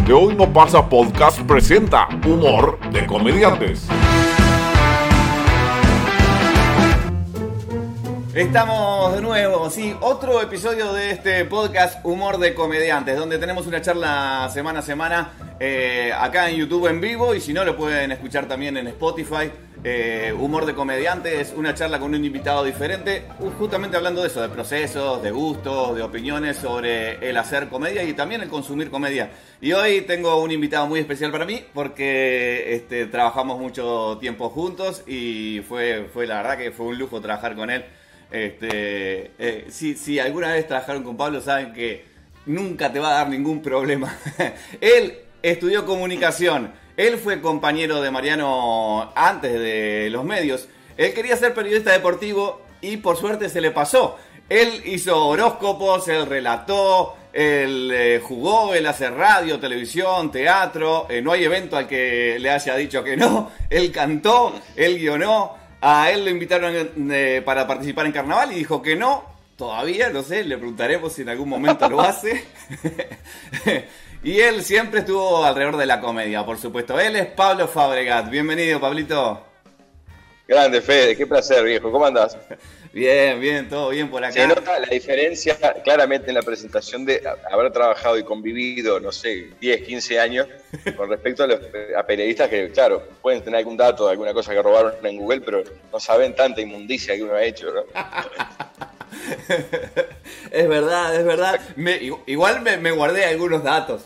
De Hoy No Pasa Podcast presenta Humor de Comediantes. Estamos de nuevo, sí, otro episodio de este podcast Humor de Comediantes, donde tenemos una charla semana a semana acá en YouTube en vivo, y si no lo pueden escuchar también en Spotify. Humor de Comediantes, una charla con un invitado diferente, justamente hablando de eso, de procesos, de gustos, de opiniones sobre el hacer comedia y también el consumir comedia. Y hoy tengo un invitado muy especial para mí porque trabajamos mucho tiempo juntos y fue la verdad que fue un lujo trabajar con él. Si alguna vez trabajaron con Pablo, saben que nunca te va a dar ningún problema. Él estudió comunicación, él fue compañero de Mariano antes de los medios. Él quería ser periodista deportivo y por suerte se le pasó. Él hizo horóscopos, él relató, él jugó, él hace radio, televisión, teatro. No hay evento al que le haya dicho que no. Él cantó, él guionó. A él lo invitaron para participar en carnaval y dijo que no, todavía, no sé, le preguntaremos si en algún momento lo hace. Y él siempre estuvo alrededor de la comedia, por supuesto. Él es Pablo Fabregat. Bienvenido, Pablito. Grande, Fede, qué placer, viejo. ¿Cómo andás? Bien, todo bien por acá. Se nota la diferencia claramente en la presentación de haber trabajado y convivido, no sé, 10, 15 años con respecto a periodistas que, claro, pueden tener algún dato, alguna cosa que robaron en Google, pero no saben tanta inmundicia que uno ha hecho, ¿no? Es verdad. Igual me guardé algunos datos,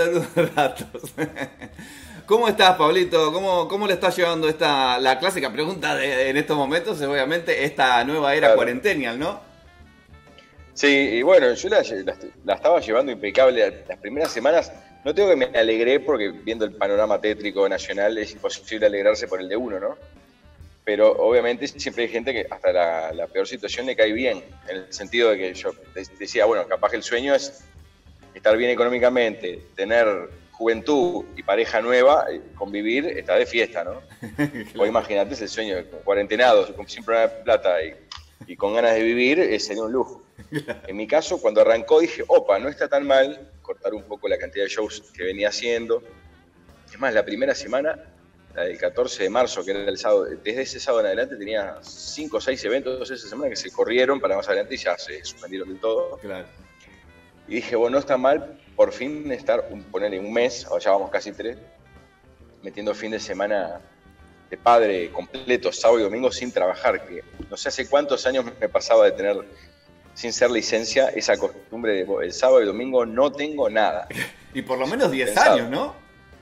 ¿Cómo estás, Pablito? ¿Cómo le estás llevando la clásica pregunta en estos momentos? Obviamente, esta nueva era cuarentenial, ¿no? Sí, y bueno, yo la estaba llevando impecable las primeras semanas. No tengo que me alegré porque viendo el panorama tétrico nacional es imposible alegrarse por el de uno, ¿no? Pero obviamente siempre hay gente que hasta la peor situación le cae bien, en el sentido de que yo decía, bueno, capaz que el sueño es estar bien económicamente, tener juventud y pareja nueva, convivir, está de fiesta, ¿no? Claro. O imagínate ese sueño, cuarentenados, sin problema de plata y con ganas de vivir, sería un lujo. Claro. En mi caso, cuando arrancó dije, opa, no está tan mal cortar un poco la cantidad de shows que venía haciendo. Es más, la primera semana, la del 14 de marzo, que era el sábado, desde ese sábado en adelante tenía 5 o 6 eventos esa semana que se corrieron para más adelante y ya se suspendieron del todo. Claro. Y dije, bueno, no está mal por fin estar, ponerle un mes, o ya vamos casi 3, metiendo fin de semana de padre completo, sábado y domingo sin trabajar, que no sé hace cuántos años me pasaba de tener, sin ser licencia, esa costumbre de el sábado y domingo no tengo nada. Y por lo menos 10 años, ¿no?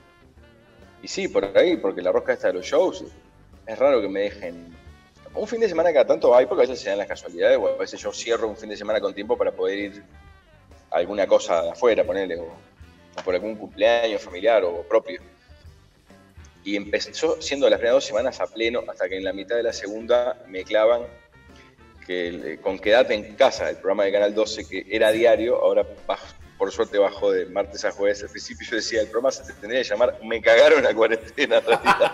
Y sí, por ahí, porque la rosca esta de los shows, es raro que me dejen. Un fin de semana cada tanto hay, porque a veces se dan las casualidades, o a veces yo cierro un fin de semana con tiempo para poder ir a alguna cosa de afuera, ponerle, o por algún cumpleaños familiar o propio. Y empezó siendo las primeras 2 semanas a pleno, hasta que en la mitad de la segunda me clavan con Quédate en Casa, el programa de Canal 12, que era diario, ahora por suerte bajó de martes a jueves. Al principio yo decía, el programa se tendría que llamar Me cagaron la cuarentena, en realidad.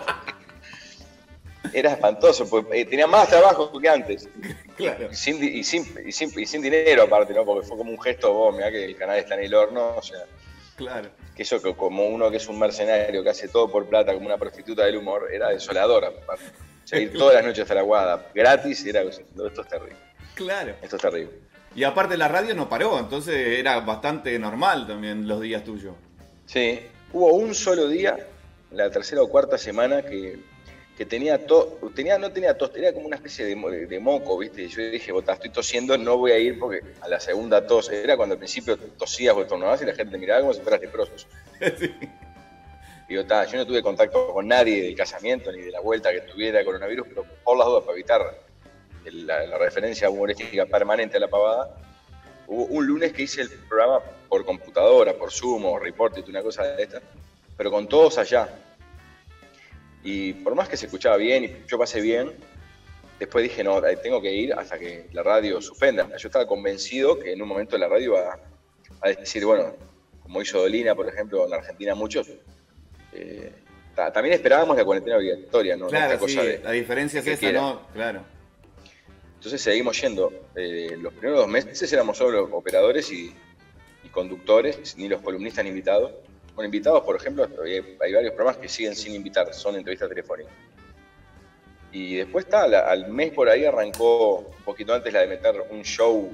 Era espantoso, porque tenía más trabajo que antes. Claro. Y sin dinero aparte, ¿no? Porque fue como un gesto, mirá que el canal está en el horno, o sea. Claro. Que eso, como uno que es un mercenario, que hace todo por plata, como una prostituta del humor, era desolador aparte. O sea, ir todas las noches a la Guada, gratis, era, esto es terrible. Claro. Esto es terrible. Y aparte la radio no paró, entonces era bastante normal también los días tuyos. Sí, hubo un solo día, la tercera o cuarta semana, que tenía tos, no tenía tos, tenía como una especie de moco, ¿viste? Y yo dije, estoy tosiendo, no voy a ir porque a la segunda tos, era cuando al principio tosías o estornudabas y la gente te miraba como si fueras leproso. Sí. Digo, yo no tuve contacto con nadie del casamiento ni de la vuelta que tuviera coronavirus, pero por las dudas, para evitar la referencia humorística permanente a la pavada, hubo un lunes que hice el programa por computadora, por Zoom o Report, una cosa de esta, pero con todos allá. Y por más que se escuchaba bien y yo pasé bien, después dije, no, tengo que ir hasta que la radio suspenda. Yo estaba convencido que en un momento la radio va a decir, bueno, como hizo Dolina, por ejemplo, en la Argentina muchos, también esperábamos la cuarentena obligatoria, ¿no? Claro, esta cosa la diferencia es esa, ¿no? Claro. Entonces seguimos yendo. Los primeros 2 meses éramos solo operadores y conductores, ni los columnistas ni invitados. Bueno, invitados, por ejemplo, hay varios programas que siguen sin invitar, son entrevistas telefónicas. Y después al mes por ahí arrancó un poquito antes la de meter un show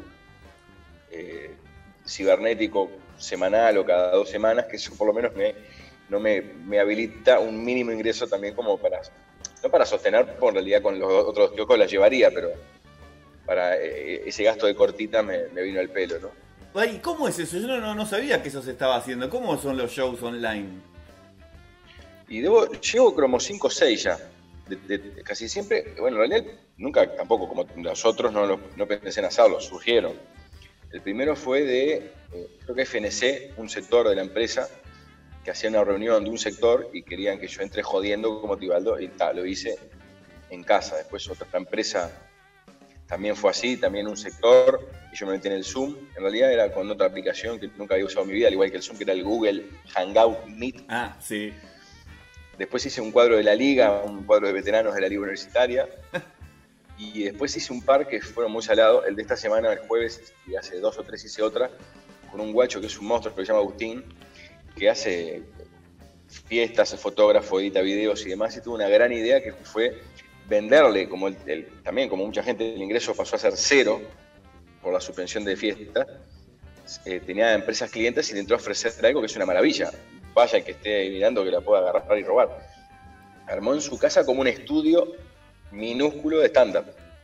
cibernético semanal o cada 2 semanas, que eso por lo menos me habilita un mínimo ingreso también como para, no para sostener, por en realidad con los otros kioscos la llevaría, pero para ese gasto de cortita me vino al pelo, ¿no? Ay, ¿cómo es eso? Yo no sabía que eso se estaba haciendo. ¿Cómo son los shows online? Y llevo como 5 o 6 ya. Casi siempre, bueno, en realidad nunca tampoco como los otros no pensé en hacerlo, surgieron. El primero fue de, creo que FNC, un sector de la empresa, que hacía una reunión de un sector y querían que yo entre jodiendo como Tibaldo, y lo hice en casa. Después otra empresa también fue así, también un sector, y yo me metí en el Zoom. En realidad era con otra aplicación que nunca había usado en mi vida, al igual que el Zoom, que era el Google Hangout Meet. Ah, sí. Después hice un cuadro de la liga, un cuadro de veteranos de la liga universitaria. Y después hice un par que fueron muy salados. El de esta semana, el jueves, y hace 2 o 3 hice otra, con un guacho que es un monstruo, que se llama Agustín, que hace fiestas, es fotógrafo, edita videos y demás, y tuvo una gran idea que fue venderle, como también como mucha gente, el ingreso pasó a ser 0 por la suspensión de fiesta. Tenía empresas clientes y le entró a ofrecer algo que es una maravilla. Vaya que esté mirando que la pueda agarrar y robar. Armó en su casa como un estudio minúsculo de stand-up.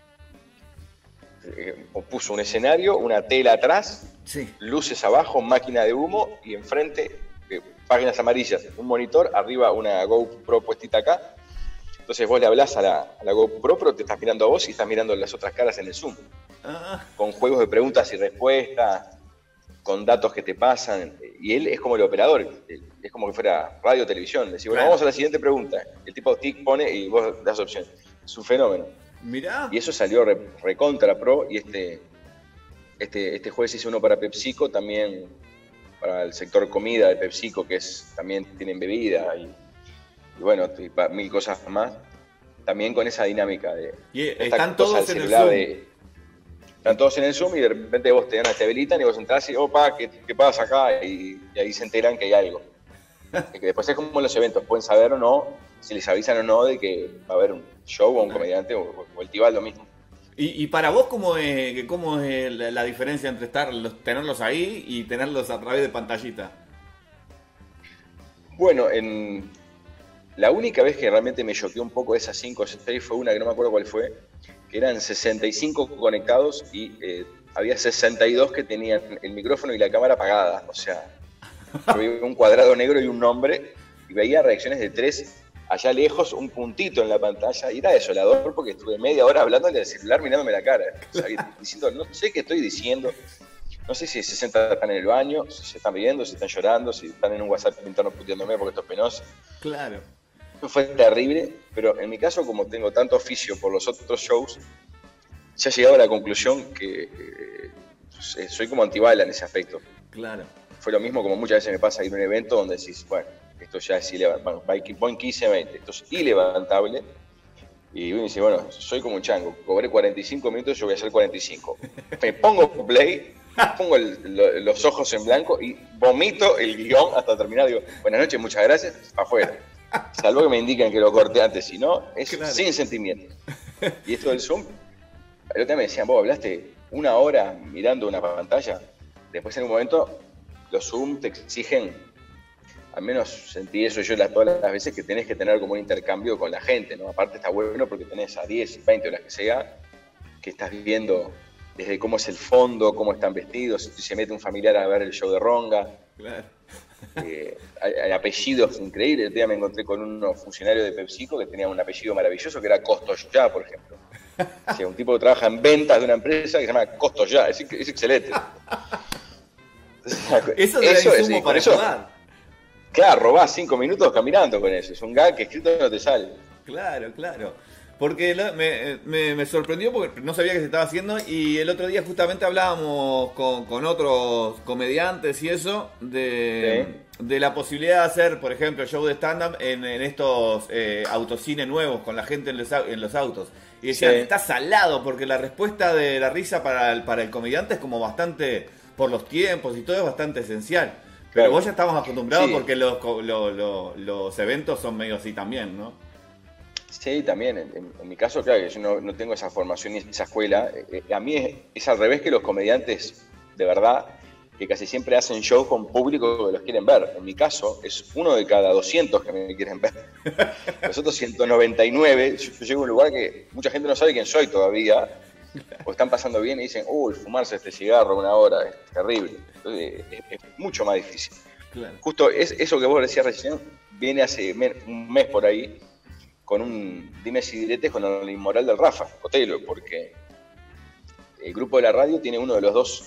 Puso un escenario, una tela atrás, sí, luces abajo, máquina de humo y enfrente páginas amarillas, un monitor, arriba una GoPro puestita acá. Entonces vos le hablás a la GoPro, pero te estás mirando a vos y estás mirando las otras caras en el Zoom. Con juegos de preguntas y respuestas, con datos que te pasan. Y él es como el operador, es como que fuera radio o televisión. Decís, bueno, vamos a la siguiente pregunta. El tipo tic pone y vos das opciones. Es un fenómeno. Mirá. Y eso salió recontra pro. Y este jueves hice uno para PepsiCo, también para el sector comida de PepsiCo, que también tienen bebida y bueno, mil cosas más. También con esa dinámica de... Y están todos en el Zoom. Están todos en el Zoom y de repente vos te habilitan y vos entrás y, opa, ¿qué pasa acá? Y ahí se enteran que hay algo. Es que después es como en los eventos, pueden saber o no, si les avisan o no de que va a haber un show o un comediante o el Tibaldo mismo. ¿Y para vos cómo es la diferencia entre tenerlos ahí y tenerlos a través de pantallita? Bueno, la única vez que realmente me choqueó un poco esas 5 o 6 fue una que no me acuerdo cuál fue, que eran 65 conectados y había 62 que tenían el micrófono y la cámara apagada. O sea, yo veía un cuadrado negro y un nombre y veía reacciones de 3 allá lejos, un puntito en la pantalla, y era desolador porque estuve media hora hablándole al celular mirándome la cara, diciendo, no sé qué estoy diciendo, no sé si 60 están en el baño, si se están riendo, si están llorando, si están en un WhatsApp interno puteándome porque esto es penoso. Claro. Fue terrible, pero en mi caso, como tengo tanto oficio por los otros shows, ya he llegado a la conclusión que soy como antibala en ese aspecto. Claro. Fue lo mismo como muchas veces me pasa ir a un evento donde decís, bueno, esto ya es ilevantable, esto es ilevantable. Y uno dice, bueno, soy como un chango, cobré 45 minutos, yo voy a hacer 45. Me pongo play, pongo los ojos en blanco y vomito el guión hasta terminar. Digo, buenas noches, muchas gracias, afuera. Salvo que me indican que lo corté antes, si no, es claro, sin sentimiento. Y esto del Zoom, el otro día me decían, vos hablaste 1 hora mirando una pantalla, después en un momento los Zoom te exigen, al menos sentí eso yo todas las veces, que tenés que tener como un intercambio con la gente, ¿no? Aparte está bueno porque tenés a 10, 20 o las que sea, que estás viendo desde cómo es el fondo, cómo están vestidos, si se mete un familiar a ver el show de Ronga. Claro. Hay apellidos increíbles. El día me encontré con un funcionario de PepsiCo que tenía un apellido maravilloso que era Costos Ya, por ejemplo. O sea, un tipo que trabaja en ventas de una empresa que se llama Costos Ya, es excelente. Eso es sumo para jugar. Claro, robás 5 minutos caminando con eso. Es un gag que escrito no te sale. Claro, claro. Porque me sorprendió porque no sabía que se estaba haciendo y el otro día justamente hablábamos con otros comediantes y eso de la posibilidad de hacer, por ejemplo, show de stand-up en estos autocines nuevos con la gente en los autos. Y decían, está salado porque la respuesta de la risa para el comediante es como bastante, por los tiempos y todo, es bastante esencial. Pero Claro. vos ya estabas acostumbrado Sí. porque los eventos son medio así también, ¿no? Sí, también. En mi caso, claro, que yo no tengo esa formación ni esa escuela. A mí es al revés que los comediantes, de verdad, que casi siempre hacen show con público que los quieren ver. En mi caso, es uno de cada 200 que me quieren ver. Los otros 199, yo llego a un lugar que mucha gente no sabe quién soy todavía, o están pasando bien y dicen, uy, fumarse este cigarro 1 hora, es terrible. Entonces, es mucho más difícil. Claro. Justo eso que vos decías recién, viene hace un mes por ahí, con un dimes y diretes con el inmoral del Rafa Cotelo, porque el grupo de la radio tiene uno de los dos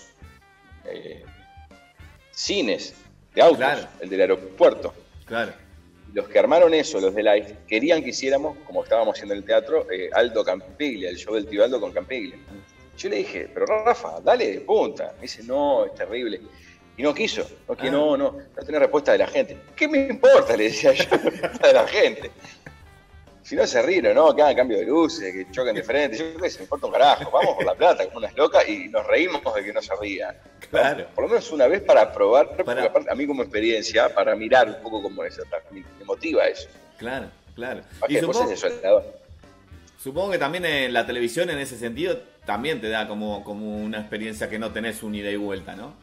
cines de autos, Claro. el del aeropuerto. Claro. Los que armaron eso, los de Live, querían que hiciéramos, como estábamos haciendo en el teatro, Aldo Campiglia, el show del tío Aldo con Campiglia. Yo le dije, pero Rafa, dale de punta. Me dice, no, es terrible. Y no quiso, no tenía respuesta de la gente. ¿Qué me importa? Le decía yo, la respuesta de la gente. Si no se ríen, ¿no? Que hagan cambio de luces, que choquen de frente. Yo creo que se me importa un carajo. Vamos por la plata como unas locas y nos reímos de que no se rían. Claro. Por lo menos una vez para probar, Para- porque aparte, a mí como experiencia, para mirar un poco cómo es, me motiva eso. Claro. Más Y que después es desolador. supongo que también en la televisión en ese sentido también te da como una experiencia que no tenés un ida y vuelta, ¿no?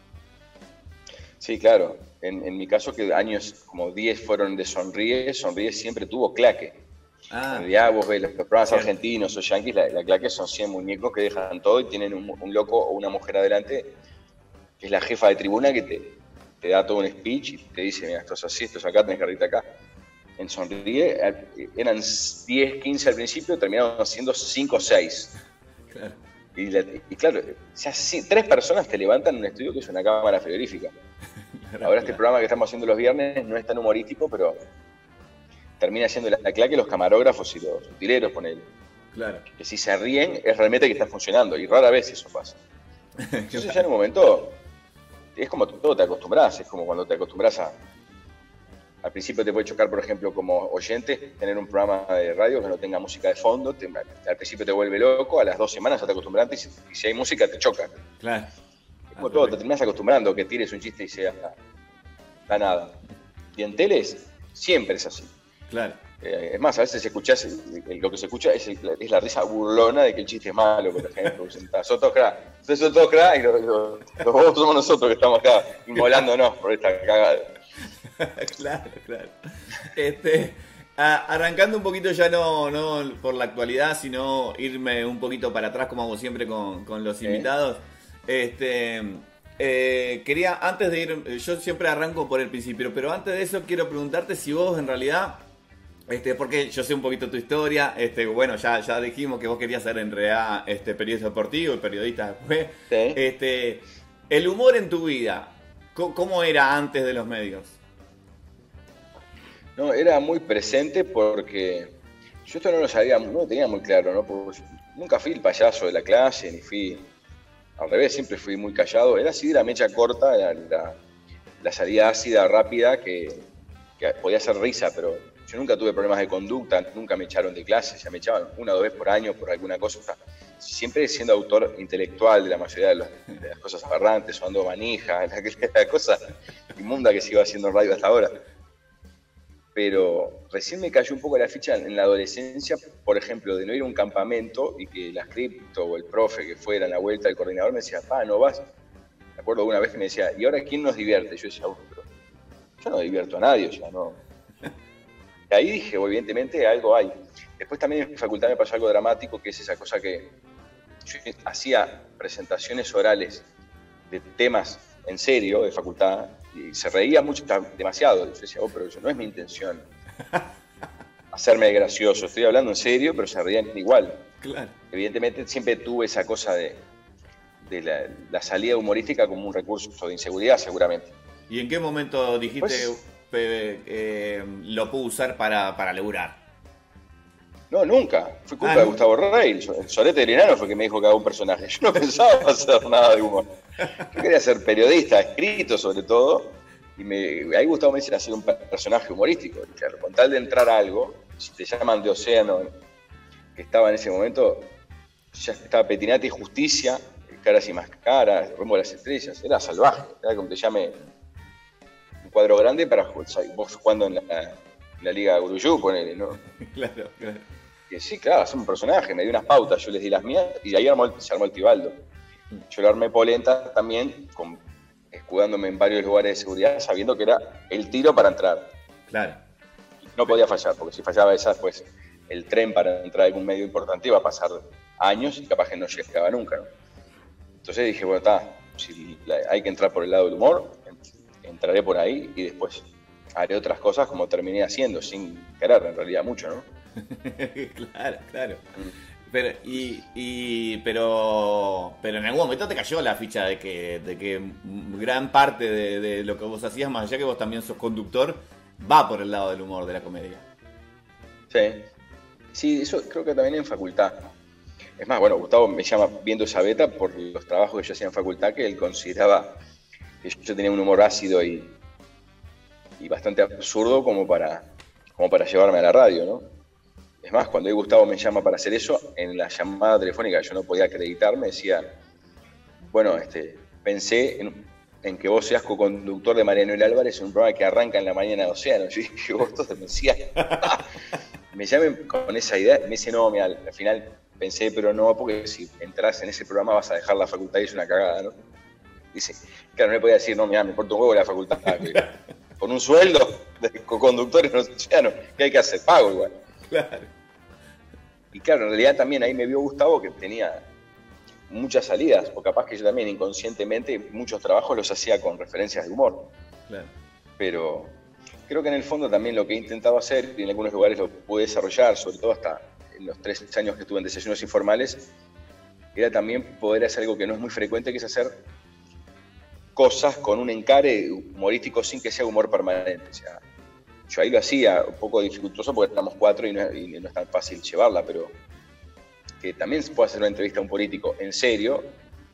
Sí, claro. En mi caso, que años como 10 fueron de Sonríe siempre tuvo claque. Ah, En realidad vos ves los programas Cierto. argentinos o yanquis, la claque son 100 muñecos que dejan todo y tienen un loco o una mujer adelante, que es la jefa de tribuna, que te da todo un speech y te dice, mira, esto es así, esto es acá, tenés que reírte acá. En Sonríe eran 10, 15 al principio, terminaron siendo 5 o 6. claro. Y claro, ya 3 personas te levantan en un estudio que es una cámara frigorífica. Ahora este programa que estamos haciendo los viernes no es tan humorístico, pero termina siendo la claque los camarógrafos y los utileros, ponele. Claro. Que si se ríen es realmente que está funcionando, y rara vez eso pasa. Entonces ya en un momento, es como todo, te acostumbras, es como cuando te acostumbras al principio te puede chocar, por ejemplo, como oyente, tener un programa de radio que no tenga música de fondo, al principio te vuelve loco, a las 2 semanas ya te acostumbras y si hay música te choca. Claro. Es como todo, te terminas acostumbrando que tires un chiste y sea la nada. Y en teles siempre es así. Claro. Es más, a veces escuchás, lo que se escucha es la risa burlona de que el chiste es malo, por ejemplo. Sos todos crack. Ustedes son todos crack y los bobos somos nosotros que estamos acá inmolándonos por esta cagada. Claro. Arrancando un poquito ya no por la actualidad, sino irme un poquito para atrás como hago siempre con los invitados. Quería, antes de ir, yo siempre arranco por el principio, pero antes de eso quiero preguntarte si vos en realidad, porque yo sé un poquito tu historia, bueno, ya dijimos que vos querías ser en realidad periodista deportivo y periodista después. Sí. El humor en tu vida, ¿cómo era antes de los medios? No, era muy presente porque yo esto no lo sabía, no lo tenía muy claro, ¿no? Porque nunca fui el payaso de la clase, ni fui, al revés, siempre fui muy callado. Era así de la mecha corta, la salida ácida, rápida, que podía hacer risa, pero yo nunca tuve problemas de conducta, nunca me echaron de clase, ya me echaban 1 o 2 veces por año por alguna cosa. Siempre siendo autor intelectual de la mayoría de las cosas aberrantes, o ando manija, la cosa inmunda que se iba haciendo en radio hasta ahora. Pero recién me cayó un poco la ficha en la adolescencia, por ejemplo, de no ir a un campamento y que la cripto o el profe que fuera en la vuelta, el coordinador me decía, no vas. Me acuerdo una vez que me decía, ¿y ahora quién nos divierte? Yo decía, pero yo no divierto a nadie, ya no. Y ahí dije, evidentemente algo hay. Después también en mi facultad me pasó algo dramático, que es esa cosa que yo hacía presentaciones orales de temas en serio de facultad, y se reía mucho, demasiado. Yo decía, pero eso no es mi intención. Hacerme gracioso, estoy hablando en serio, pero se reían igual. Claro. Evidentemente siempre tuve esa cosa de la salida humorística como un recurso de inseguridad, seguramente. ¿Y en qué momento dijiste lo puedo usar para laburar? No, nunca. Fue culpa de Gustavo Rey. El sorete del enano fue que me dijo que haga un personaje. Yo no pensaba hacer nada de humor. Yo quería ser periodista, escrito sobre todo. Y ahí Gustavo me dice hacer un personaje humorístico. Y claro, con tal de entrar a algo, si te llaman de Océano, que estaba en ese momento, ya estaba Petinati y Justicia, Caras y Más Caras, Rumbo a las Estrellas. Era salvaje. Era como te llame cuadro grande para jugar, vos jugando en la Liga Guruyú, ponele, ¿no? Claro, claro. Y sí, claro, es un personaje, me dio unas pautas, yo les di las mías y ahí se armó el Tibaldo. Yo lo armé polenta también, escudándome en varios lugares de seguridad, sabiendo que era el tiro para entrar. Claro. No podía fallar, porque si fallaba esa, pues el tren para entrar a algún medio importante iba a pasar años y capaz que no llegaba nunca, ¿no? Entonces dije, bueno, si hay que entrar por el lado del humor, entraré por ahí y después haré otras cosas como terminé haciendo, sin querer en realidad mucho, ¿no? Claro, claro. Pero en algún momento te cayó la ficha de que gran parte de lo que vos hacías, más allá que vos también sos conductor, va por el lado del humor, de la comedia. Sí, eso creo que también en facultad. Es más, bueno, Gustavo me llama viendo esa beta por los trabajos que yo hacía en facultad, que él consideraba que yo tenía un humor ácido y bastante absurdo como para llevarme a la radio, ¿no? Es más, cuando hoy Gustavo me llama para hacer eso, en la llamada telefónica yo no podía acreditarme, decía, bueno, pensé en que vos seas co-conductor de Mariano y Álvarez en un programa que arranca en la mañana de Océano. Yo dije, vos todo me decías. Me llamen con esa idea, me dice, no, mira, al final pensé, pero no, porque si entras en ese programa vas a dejar la facultad y es una cagada, ¿no? Dice, claro, no le podía decir, no, mira, me importa un huevo la facultad, con un sueldo de co-conductor en Océano, ¿qué hay que hacer? Pago igual. Claro. Y claro, en realidad también ahí me vio Gustavo que tenía muchas salidas, o capaz que yo también inconscientemente muchos trabajos los hacía con referencias de humor. Claro. Pero creo que en el fondo también lo que he intentado hacer, y en algunos lugares lo pude desarrollar, sobre todo hasta en los 3 años que estuve en Desayunos Informales, era también poder hacer algo que no es muy frecuente, que es hacer cosas con un encare humorístico sin que sea humor permanente. O sea, yo ahí lo hacía un poco dificultoso porque éramos 4 y no es tan fácil llevarla, pero que también se puede hacer una entrevista a un político en serio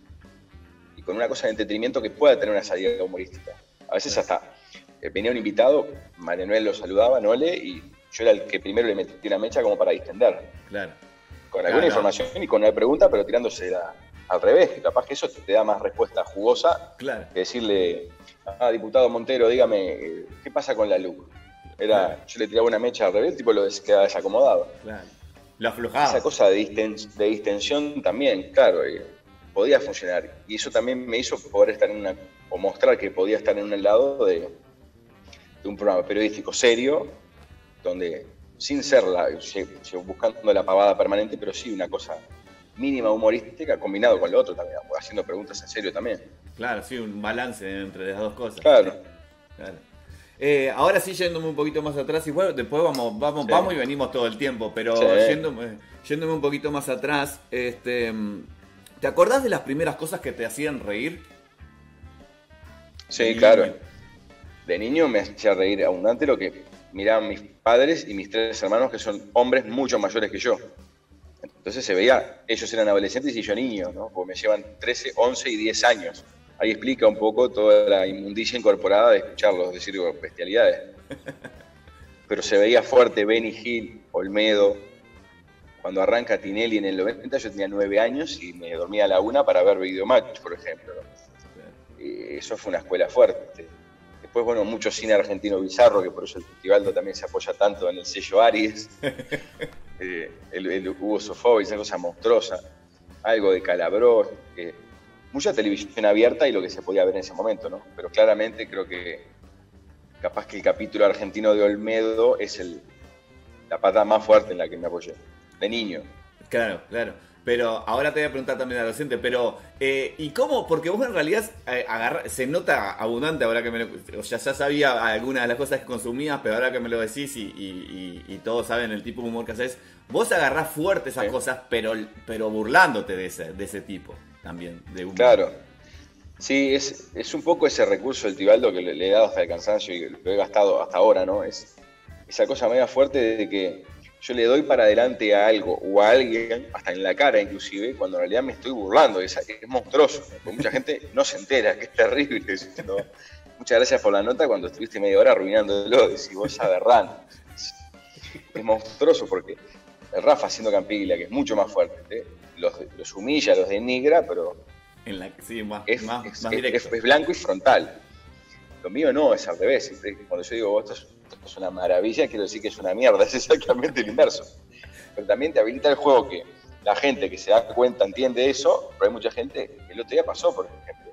y con una cosa de entretenimiento que pueda tener una salida humorística. A veces hasta venía un invitado, María Noel lo saludaba, Nole, y yo era el que primero le metí una mecha como para distender. Claro. Con alguna información y con una pregunta, pero tirándose al revés. Capaz que eso te da más respuesta jugosa que decirle, diputado Montero, dígame, ¿qué pasa con la luz? Yo le tiraba una mecha al revés, el tipo lo quedaba desacomodado. Claro. Lo aflojaba. Esa cosa de distensión también, claro, podía funcionar. Y eso también me hizo poder estar o mostrar que podía estar en un lado de un programa periodístico serio, donde sin ser buscando la pavada permanente, pero sí una cosa mínima humorística combinado con lo otro también, haciendo preguntas en serio también. Claro, sí, un balance entre las dos cosas. Claro. Ahora sí, yéndome un poquito más atrás, igual después vamos y venimos todo el tiempo, pero yéndome un poquito más atrás, ¿te acordás de las primeras cosas que te hacían reír? Sí, claro. De niño me hacía reír abundante lo que miraban mis padres y mis 3 hermanos, que son hombres mucho mayores que yo. Entonces se veía, ellos eran adolescentes y yo niño, ¿no? Porque me llevan 13, 11 y 10 años. Ahí explica un poco toda la inmundicia incorporada de escucharlos decir bestialidades. Pero se veía fuerte Benny Hill, Olmedo. Cuando arranca Tinelli en el 90, yo tenía 9 años y me dormía a la 1 para ver Videomatch, por ejemplo, ¿no? Y eso fue una escuela fuerte. Después, bueno, mucho cine argentino bizarro, que por eso el Tibaldo también se apoya tanto en el sello Aries. El Hugo Sofovich, esa cosa monstruosa. Algo de Calabró. Mucha televisión abierta y lo que se podía ver en ese momento, ¿no? Pero claramente creo que capaz que el capítulo argentino de Olmedo es la pata más fuerte en la que me apoyé, de niño. Claro. Pero ahora te voy a preguntar también adolescente, pero ¿y cómo? Porque vos en realidad se nota abundante ahora que ya sabía algunas de las cosas que consumías, pero ahora que me lo decís y todos saben el tipo de humor que haces, vos agarrás fuerte esas cosas, pero burlándote de ese tipo también de humor. Claro. Sí, es un poco ese recurso del Tibaldo que le he dado hasta el cansancio y lo he gastado hasta ahora, ¿no? Es esa cosa media fuerte de que yo le doy para adelante a algo o a alguien, hasta en la cara inclusive, cuando en realidad me estoy burlando. Es monstruoso, porque mucha gente no se entera, que es terrible. ¿No? Muchas gracias por la nota cuando estuviste media hora arruinándolo, decís vos aberrán. Es monstruoso porque el Rafa haciendo Campiglia, que es mucho más fuerte, los humilla, los denigra, pero sí, más es directo. Es blanco y frontal. Lo mío no, es al revés. Siempre, cuando yo digo, esto es una maravilla, quiero decir que es una mierda, es exactamente el inverso. Pero también te habilita el juego que la gente que se da cuenta entiende eso, pero hay mucha gente, el otro día pasó, por ejemplo.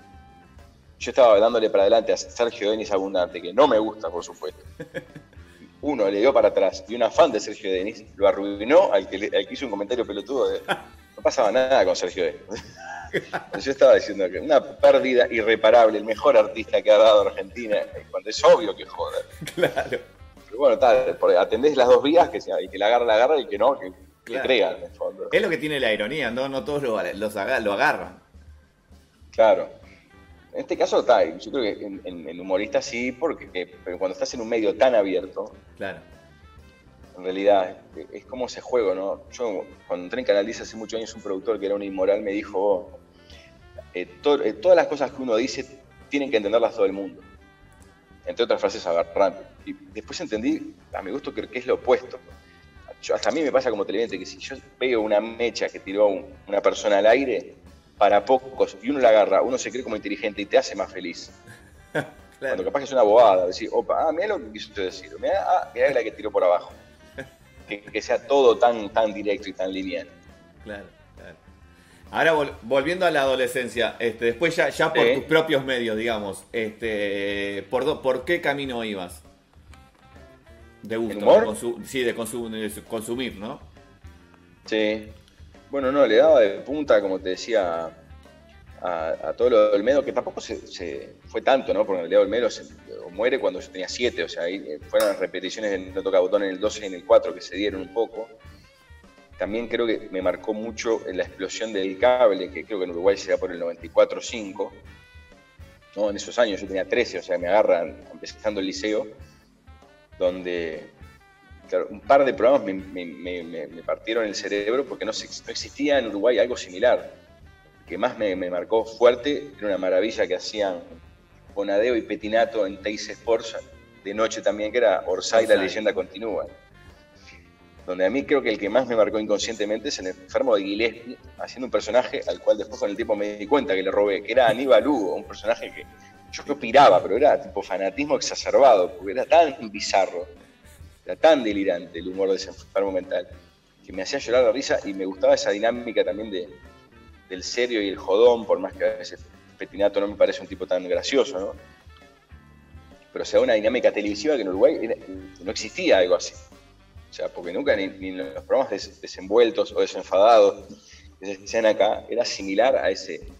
Yo estaba dándole para adelante a Sergio Denis Abundante, que no me gusta, por supuesto. Uno le dio para atrás y un fan de Sergio Denis lo arruinó al que hizo un comentario pelotudo de no pasaba nada con Sergio Denis. Yo estaba diciendo que una pérdida irreparable, el mejor artista que ha dado Argentina, cuando es obvio que joda. Claro. Pero bueno, atendés las dos vías, que el que la agarra y el que no, que crea en el fondo. Es lo que tiene la ironía, no todos lo agarran. Claro. En este caso yo creo que en humorista sí, porque pero cuando estás en un medio tan abierto, claro, en realidad es como ese juego, ¿no? Yo cuando entré en Canal 10 hace muchos años, un productor que era un inmoral me dijo, todas las cosas que uno dice tienen que entenderlas todo el mundo. Entre otras frases agarrando. Y después entendí, a mi gusto, que es lo opuesto. Hasta a mí me pasa como televidente que si yo veo una mecha que tiró una persona al aire, para pocos, y uno la agarra, uno se cree como inteligente y te hace más feliz. Claro. Cuando capaz que es una bobada, decir, opa, mirá lo que quiso decir, mirá la que tiró por abajo. Que sea todo tan directo y tan lineal. Claro. Ahora volviendo a la adolescencia, después ya por tus propios medios, digamos, ¿por qué camino ibas? De gusto, ¿El humor? De consumir, ¿no? Sí. Bueno, no, le daba de punta, como te decía, a todo lo del Olmedo, que tampoco se fue tanto, ¿no? Porque en realidad Olmedo muere cuando yo tenía 7, o sea, ahí fueron las repeticiones de No Toca Botón en el 12 y en el 4 que se dieron un poco. También creo que me marcó mucho en la explosión del cable, que creo que en Uruguay se da por el 94-5, ¿no? En esos años yo tenía 13, o sea, me agarran empezando el liceo, donde... Claro, un par de programas me partieron el cerebro porque no existía en Uruguay algo similar. Lo que más me marcó fuerte era una maravilla que hacían Bonadeo y Petinato en Teis Sports, de noche también, que era Orsay, la leyenda continúa. Donde a mí creo que el que más me marcó inconscientemente es el enfermo de Gillespie, haciendo un personaje al cual después con el tiempo me di cuenta que le robé, que era Aníbal Hugo, un personaje que yo piraba, pero era tipo fanatismo exacerbado, porque era tan bizarro. Era tan delirante el humor de ese enfermo mental que me hacía llorar la risa y me gustaba esa dinámica también del serio y el jodón, por más que a veces Petinato no me parece un tipo tan gracioso, ¿no? Pero o sea, una dinámica televisiva que en Uruguay no existía algo así. O sea, porque nunca ni en los programas desenvueltos o desenfadados que se hacían acá era similar a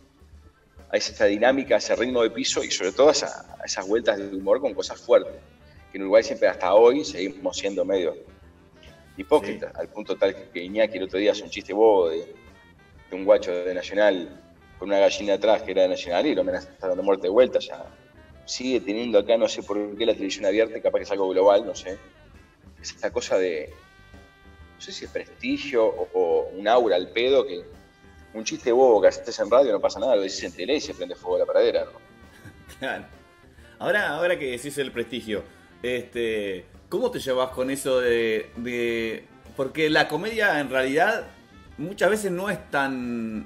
esa dinámica, a ese ritmo de piso y sobre todo a esas vueltas de humor con cosas fuertes. Que en Uruguay siempre hasta hoy seguimos siendo medio hipócritas, al punto tal que Iñaki el otro día hace un chiste bobo de un guacho de Nacional con una gallina atrás que era de Nacional y lo amenazaron de muerte de vuelta. Ya sigue teniendo acá, no sé por qué, la televisión abierta, capaz que es algo global, no sé. Es esta cosa de, no sé si es prestigio o un aura al pedo, que un chiste bobo que haces en radio no pasa nada, lo dices en tele y se prende fuego la pradera, ¿no? Claro. Ahora que decís el prestigio, ¿cómo te llevas con eso de porque la comedia en realidad muchas veces no es tan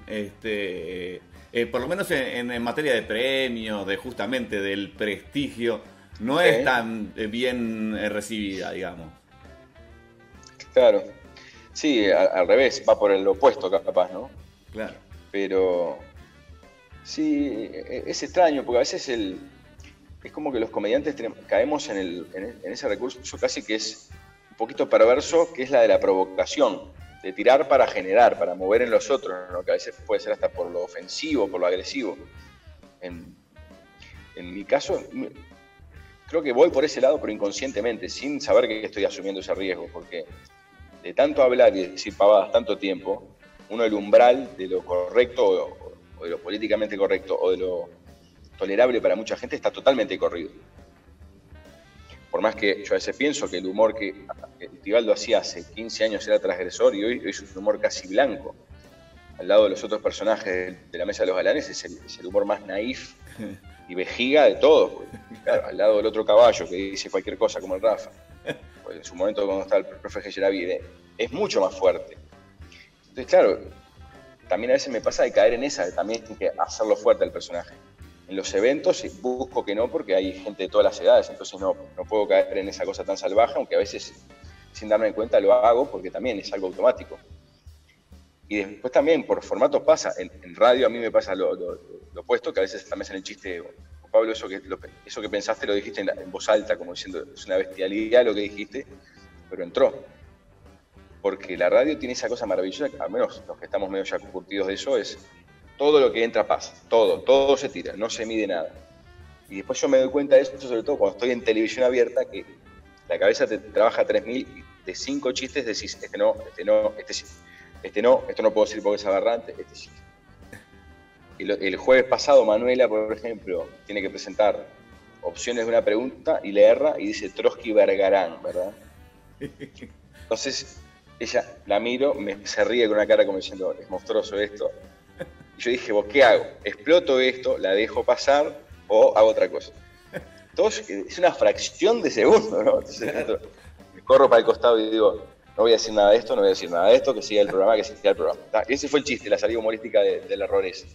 por lo menos en materia de premios, de justamente del prestigio, no es tan bien recibida, digamos? Claro, sí, al revés, va por el opuesto capaz, ¿no? Claro. Pero sí, es extraño porque a veces es como que los comediantes caemos en ese recurso casi que es un poquito perverso, que es la de la provocación, de tirar para generar, para mover en los otros, ¿no? Que a veces puede ser hasta por lo ofensivo, por lo agresivo. En mi caso, creo que voy por ese lado, pero inconscientemente, sin saber que estoy asumiendo ese riesgo, porque de tanto hablar y decir pavadas tanto tiempo, el umbral de lo correcto o de lo políticamente correcto o de lo tolerable para mucha gente está totalmente corrido. Por más que yo a veces pienso que el humor que Tibaldo hacía hace 15 años era transgresor y hoy es un humor casi blanco. Al lado de los otros personajes de la Mesa de los Galanes es el humor más naif y vejiga de todos. Claro, al lado del otro caballo que dice cualquier cosa como el Rafa. Pues en su momento cuando estaba el profe Geyeravide, es mucho más fuerte. Entonces, claro, también a veces me pasa de caer en esa, de también que hacerlo fuerte al personaje. en los eventos busco que no, porque hay gente de todas las edades, entonces no puedo caer en esa cosa tan salvaje, aunque a veces sin darme cuenta lo hago porque también es algo automático. Y después también por formatos pasa, en radio a mí me pasa lo opuesto, que a veces también en el chiste, Pablo, eso que pensaste lo dijiste en voz alta, como diciendo, es una bestialidad lo que dijiste, pero entró. Porque la radio tiene esa cosa maravillosa, al menos los que estamos medio ya curtidos de eso, es todo lo que entra pasa, todo se tira, no se mide nada. Y después yo me doy cuenta de eso, sobre todo cuando estoy en televisión abierta, que la cabeza te trabaja 3000 y de 5 chistes decís, este no, esto no puedo decir porque es aberrante, este sí. El jueves pasado Manuela, por ejemplo, tiene que presentar opciones de una pregunta y le erra y dice Trotsky Vergarán, ¿verdad? Entonces ella la miro, se ríe con una cara como diciendo, es monstruoso esto. Y yo dije, ¿vos qué hago? ¿Exploto esto, la dejo pasar o hago otra cosa? Entonces es una fracción de segundo, ¿no? Entonces me corro para el costado y digo, no voy a decir nada de esto, no voy a decir nada de esto, que siga el programa, Ese fue el chiste, la salida humorística del error ese.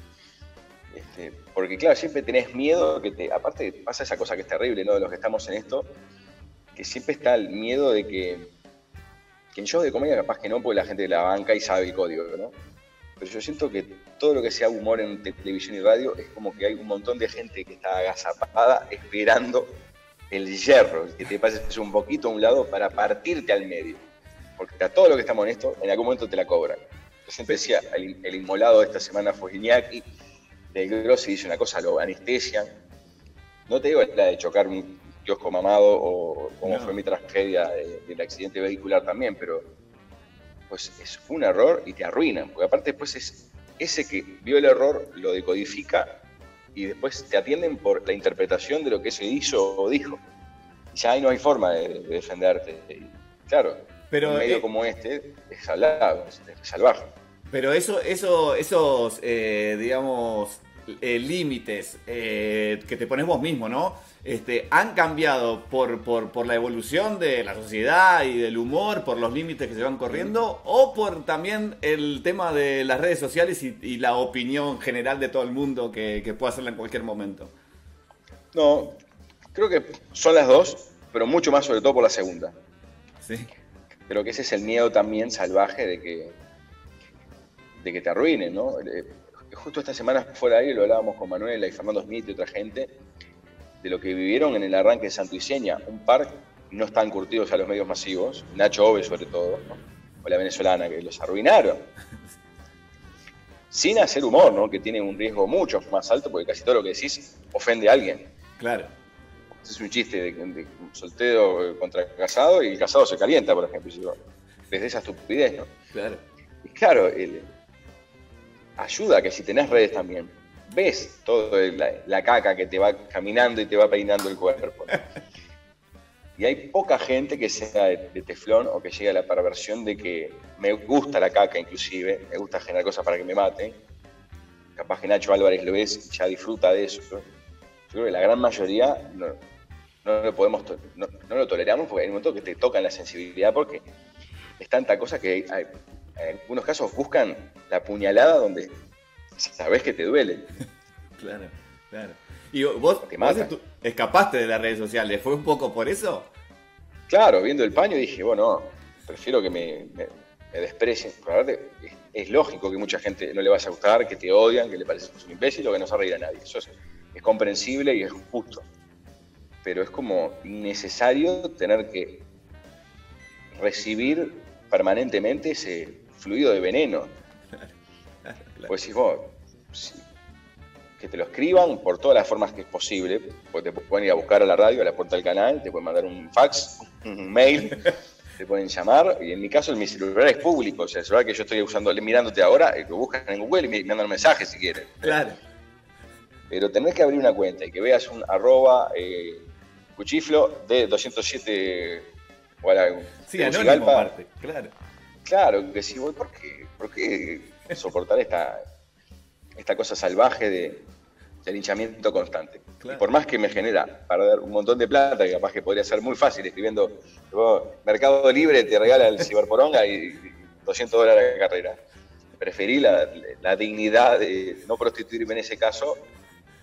Porque claro, siempre tenés miedo, aparte pasa esa cosa que es terrible, ¿no? De los que estamos en esto, que siempre está el miedo de que en shows de comedia capaz que no, porque la gente la banca y sabe el código, ¿no? Pero yo siento que todo lo que sea humor en televisión y radio es como que hay un montón de gente que está agazapada esperando el hierro, el que te pases un poquito a un lado para partirte al medio. Porque a todo lo que estamos en esto, en algún momento te la cobran. Yo siempre decía, el inmolado de esta semana fue Iñaki, Del Grossi dice una cosa, lo anestesian. No te digo la de chocar un kiosco mamado o como fue mi tragedia del accidente vehicular también, pero pues es un error y te arruinan, porque aparte después es ese que vio el error, lo decodifica y después te atienden por la interpretación de lo que se hizo o dijo. Y ya ahí no hay forma de defenderte. Y, claro, pero, un medio como este es salado, es salvaje. Pero esos digamos, límites que te pones vos mismo, ¿no? Han cambiado por la evolución de la sociedad y del humor, por los límites que se van corriendo, o por también el tema de las redes sociales y la opinión general de todo el mundo que pueda hacerla en cualquier momento. No, creo que son las dos, pero mucho más sobre todo por la segunda. Sí. Creo que ese es el miedo también salvaje de que te arruinen, ¿no? Justo esta semana fuera de ahí lo hablábamos con Manuela y Fernando Smith y otra gente de lo que vivieron en el arranque de Santo Iseña, un par no están curtidos a los medios masivos, Nacho Ove sobre todo, ¿no? O la venezolana, que los arruinaron. Sin hacer humor, ¿no? Que tiene un riesgo mucho más alto porque casi todo lo que decís ofende a alguien. Claro. Es un chiste de soltero contra casado y el casado se calienta, por ejemplo. Desde esa estupidez, ¿no? Claro. Y claro, ayuda a que si tenés redes también, ves toda la caca que te va caminando y te va peinando el cuerpo. Y hay poca gente que sea de teflón o que llegue a la perversión de que me gusta la caca inclusive, me gusta generar cosas para que me maten. Capaz que Nacho Álvarez lo ves y ya disfruta de eso. Yo creo que la gran mayoría no lo toleramos porque hay un momento que te tocan la sensibilidad porque es tanta cosa que hay, en algunos casos buscan la puñalada donde sabés que te duele. Claro. ¿Y vos escapaste de las redes sociales? ¿Fue un poco por eso? Claro, viendo el paño dije, bueno, prefiero que me desprecien. La verdad es lógico que mucha gente no le vaya a gustar, que te odian, que le pareces un imbécil o que no se reír a nadie. Eso es comprensible y es justo. Pero es como innecesario tener que recibir permanentemente ese fluido de veneno. Claro. Pues si vos, que te lo escriban por todas las formas que es posible, porque te pueden ir a buscar a la radio, a la puerta del canal, te pueden mandar un fax, un mail, te pueden llamar, y en mi caso mi celular es público, o sea, el celular que yo estoy usando, mirándote ahora, lo buscan en Google y me mandan mensajes si quieren. Claro. Pero tenés que abrir una cuenta y que veas un @ cuchiflo de 207 o algo. Sí, anónimo aparte, claro. Claro, que si voy, ¿por qué soportar esta cosa salvaje del linchamiento constante? Claro. Y por más que me genera perder un montón de plata, que capaz que podría ser muy fácil escribiendo, Mercado Libre te regala el ciberporonga y $200 de carrera. Preferí la dignidad de no prostituirme en ese caso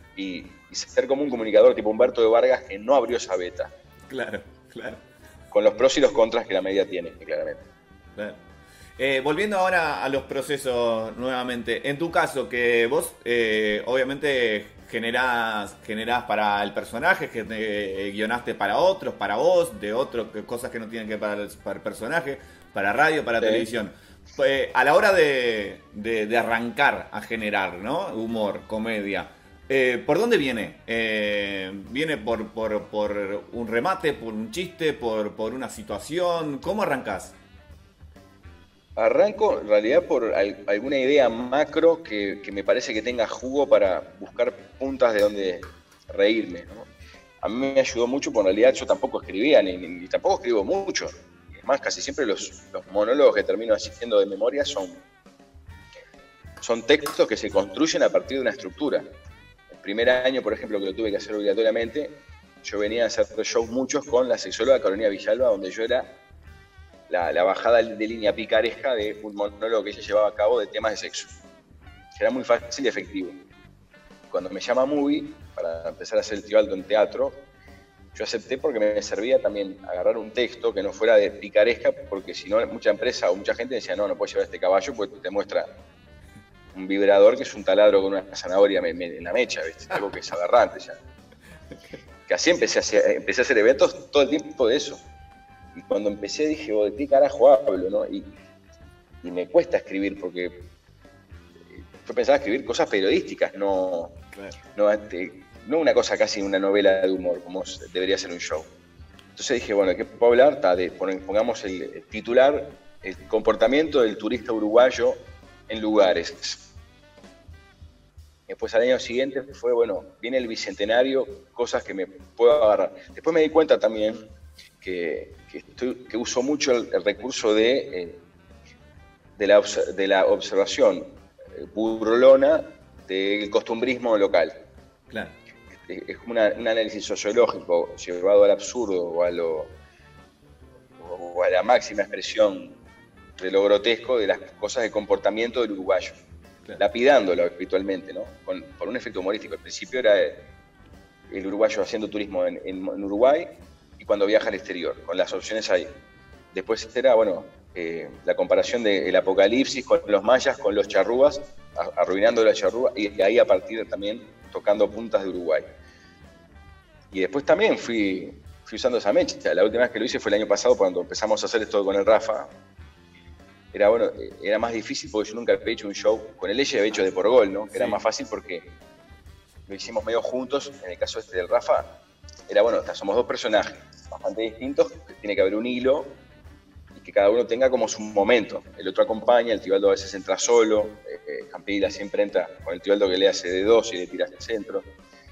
y ser como un comunicador tipo Humberto de Vargas que no abrió esa beta. Claro, claro. Con los pros y los contras que la media tiene, claramente. Claro. Volviendo ahora a los procesos nuevamente, en tu caso, que vos obviamente generás para el personaje, que guionaste para otros, para vos, de otros, cosas que no tienen que ver para el personaje, para radio, para televisión. A la hora de arrancar a generar, ¿no? Humor, comedia, ¿por dónde viene? ¿Viene por un remate, por un chiste, por una situación? ¿Cómo arrancás? Arranco en realidad por alguna idea macro que me parece que tenga jugo para buscar puntas de donde reírme, ¿no? A mí me ayudó mucho, porque en realidad yo tampoco escribía, ni tampoco escribo mucho. Es más, casi siempre los monólogos que termino haciendo de memoria son textos que se construyen a partir de una estructura. El primer año, por ejemplo, que lo tuve que hacer obligatoriamente, yo venía a hacer shows muchos con la sexóloga Carolina Villalba, donde yo era la bajada de línea picaresca de un monólogo que ella llevaba a cabo de temas de sexo. Era muy fácil y efectivo. Cuando me llama Movie para empezar a hacer el Tribaldo en teatro, yo acepté porque me servía también agarrar un texto que no fuera de picaresca, porque si no, mucha empresa o mucha gente decía, no puedes llevar este caballo, porque te muestra un vibrador que es un taladro con una zanahoria en la mecha, ¿viste? Algo que es aberrante ya. Que así empecé a hacer eventos todo el tiempo de eso. Y cuando empecé dije, ¿de qué carajo hablo? ¿No? Y me cuesta escribir porque yo pensaba escribir cosas periodísticas, no una cosa casi una novela de humor, como debería ser un show. Entonces dije, bueno, ¿de qué puedo hablar? Pongamos el titular, el comportamiento del turista uruguayo en lugares. Después al año siguiente fue, bueno, viene el bicentenario, cosas que me puedo agarrar. Después me di cuenta también que uso mucho el recurso de la observación burlona del costumbrismo local. Claro. Es como un análisis sociológico llevado al absurdo o a la máxima expresión de lo grotesco de las cosas de comportamiento del uruguayo, claro, lapidándolo habitualmente, ¿no? Por un efecto humorístico. Al principio era el uruguayo haciendo turismo en Uruguay, y cuando viaja al exterior, con las opciones ahí. Después era, bueno, la comparación del apocalipsis con los mayas, con los charrúas, arruinando la charrúa, y de ahí a partir también tocando puntas de Uruguay. Y después también fui usando esa mecha. La última vez que lo hice fue el año pasado, cuando empezamos a hacer esto con el Rafa. Era más difícil porque yo nunca había hecho un show, con el Eche había hecho de por gol, ¿no? Que era más fácil porque lo hicimos medio juntos. En el caso este del Rafa, era, bueno, somos dos personajes bastante distintos, que tiene que haber un hilo y que cada uno tenga como su momento. El otro acompaña, el Tibaldo a veces entra solo, Campilla siempre entra con el Tibaldo que le hace de dos y le tira hacia el centro.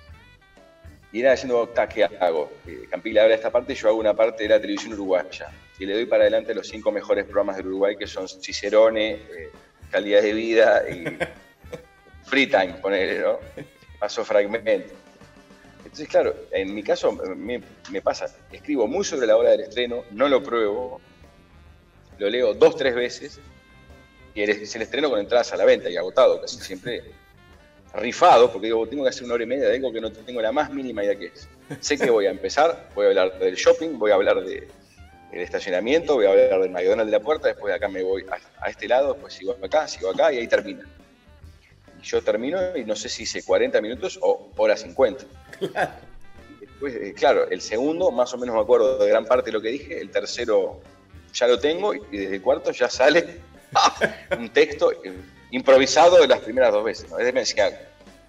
Y era diciendo, ¿qué hago? Campilla habla de esta parte y yo hago una parte de la televisión uruguaya. Y le doy para adelante los 5 mejores programas del Uruguay, que son Cicerone, Calidad de Vida y Free Time, ponele, ¿no? Paso fragmento. Entonces, claro, en mi caso me pasa, escribo muy sobre la hora del estreno, no lo pruebo, lo leo 2-3 veces, y es el estreno con entradas a la venta y agotado, casi siempre rifado, porque digo, tengo que hacer 1 hora y media de algo que no tengo la más mínima idea que es. Sé que voy a empezar, voy a hablar del shopping, voy a hablar del estacionamiento, voy a hablar del McDonald's de la puerta, después de acá me voy a este lado, después sigo acá y ahí termina. Y yo termino y no sé si hice 40 minutos o hora 50. Claro. Después, claro, el segundo más o menos me acuerdo de gran parte de lo que dije, el tercero ya lo tengo y desde el cuarto ya sale un texto improvisado de las primeras 2 veces, ¿no? Es demencial.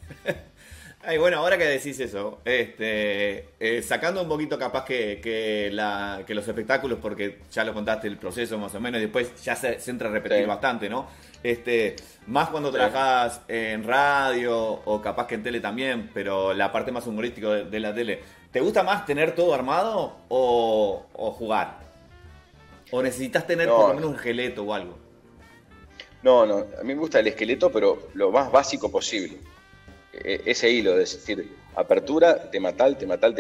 Ay, bueno, ahora que decís eso, sacando un poquito capaz que los espectáculos, porque ya lo contaste el proceso más o menos, y después ya se entra a repetir bastante, ¿no? Más cuando trabajás en radio o capaz que en tele también, pero la parte más humorística de la tele, ¿te gusta más tener todo armado o jugar? ¿O necesitas tener por lo menos un esqueleto o algo? No, a mí me gusta el esqueleto, pero lo más básico posible. Ese hilo, de decir, apertura, tema tal.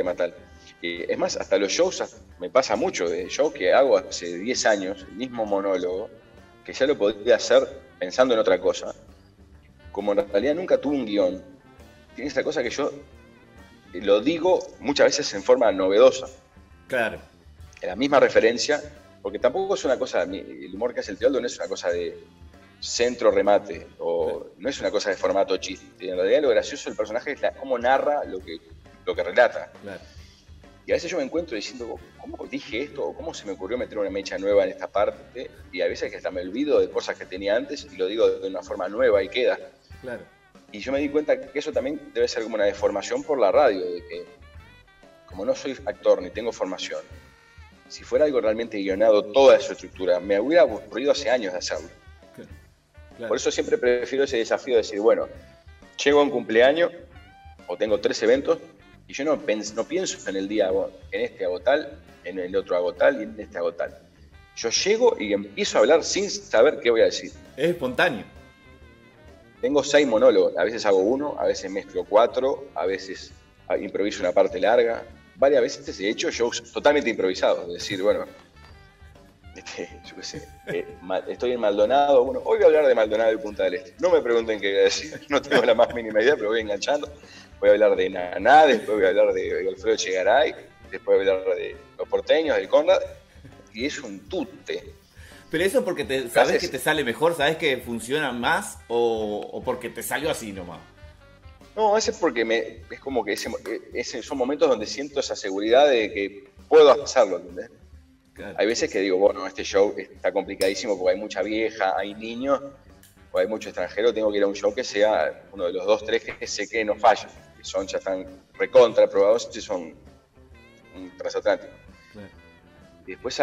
Es más, hasta los shows me pasa mucho, de show que hago hace 10 años, el mismo monólogo, que ya lo podría hacer pensando en otra cosa. Como en realidad nunca tuve un guión, tiene esta cosa que yo lo digo muchas veces en forma novedosa. Claro. En la misma referencia, porque tampoco es una cosa, el humor que hace el Teobaldo no es una cosa de centro remate, o no es una cosa de formato chiste. En realidad lo gracioso del personaje es cómo narra lo que relata. Claro. Y a veces yo me encuentro diciendo, ¿cómo dije esto? ¿O cómo se me ocurrió meter una mecha nueva en esta parte? Y a veces que hasta me olvido de cosas que tenía antes y lo digo de una forma nueva y queda. Claro. Y yo me di cuenta que eso también debe ser como una deformación por la radio, de que como no soy actor ni tengo formación, si fuera algo realmente guionado, toda esa estructura, me hubiera aburrido hace años de hacerlo. Claro. Por eso siempre prefiero ese desafío de decir, bueno, llego a un cumpleaños o tengo 3 eventos y yo no pienso en el día, en este hago tal, en el otro hago tal y en este hago tal. Yo llego y empiezo a hablar sin saber qué voy a decir. Es espontáneo. Tengo 6 monólogos, a veces hago 1, a veces mezclo 4, a veces improviso una parte larga. Varias veces he hecho shows totalmente improvisados, es decir, bueno, yo qué sé, estoy en Maldonado, bueno, hoy voy a hablar de Maldonado y Punta del Este. No me pregunten qué voy a decir, no tengo la más mínima idea, pero voy enganchando. Voy a hablar de Naná, después voy a hablar de Alfredo Chegaray, después voy a hablar de los porteños, del Conrad, y es un tute. ¿Pero eso porque sabes que te sale mejor, sabes que funciona más o porque te salió así nomás? No, ese es porque es como que son momentos donde siento esa seguridad de que puedo hacerlo, ¿entendés? Claro. Hay veces que digo, bueno, este show está complicadísimo porque hay mucha vieja, hay niños, o hay mucho extranjero, tengo que ir a un show que sea uno de los 2, 3 que sé que no fallan, que ya están recontra probados y son un transatlántico. Claro. Y después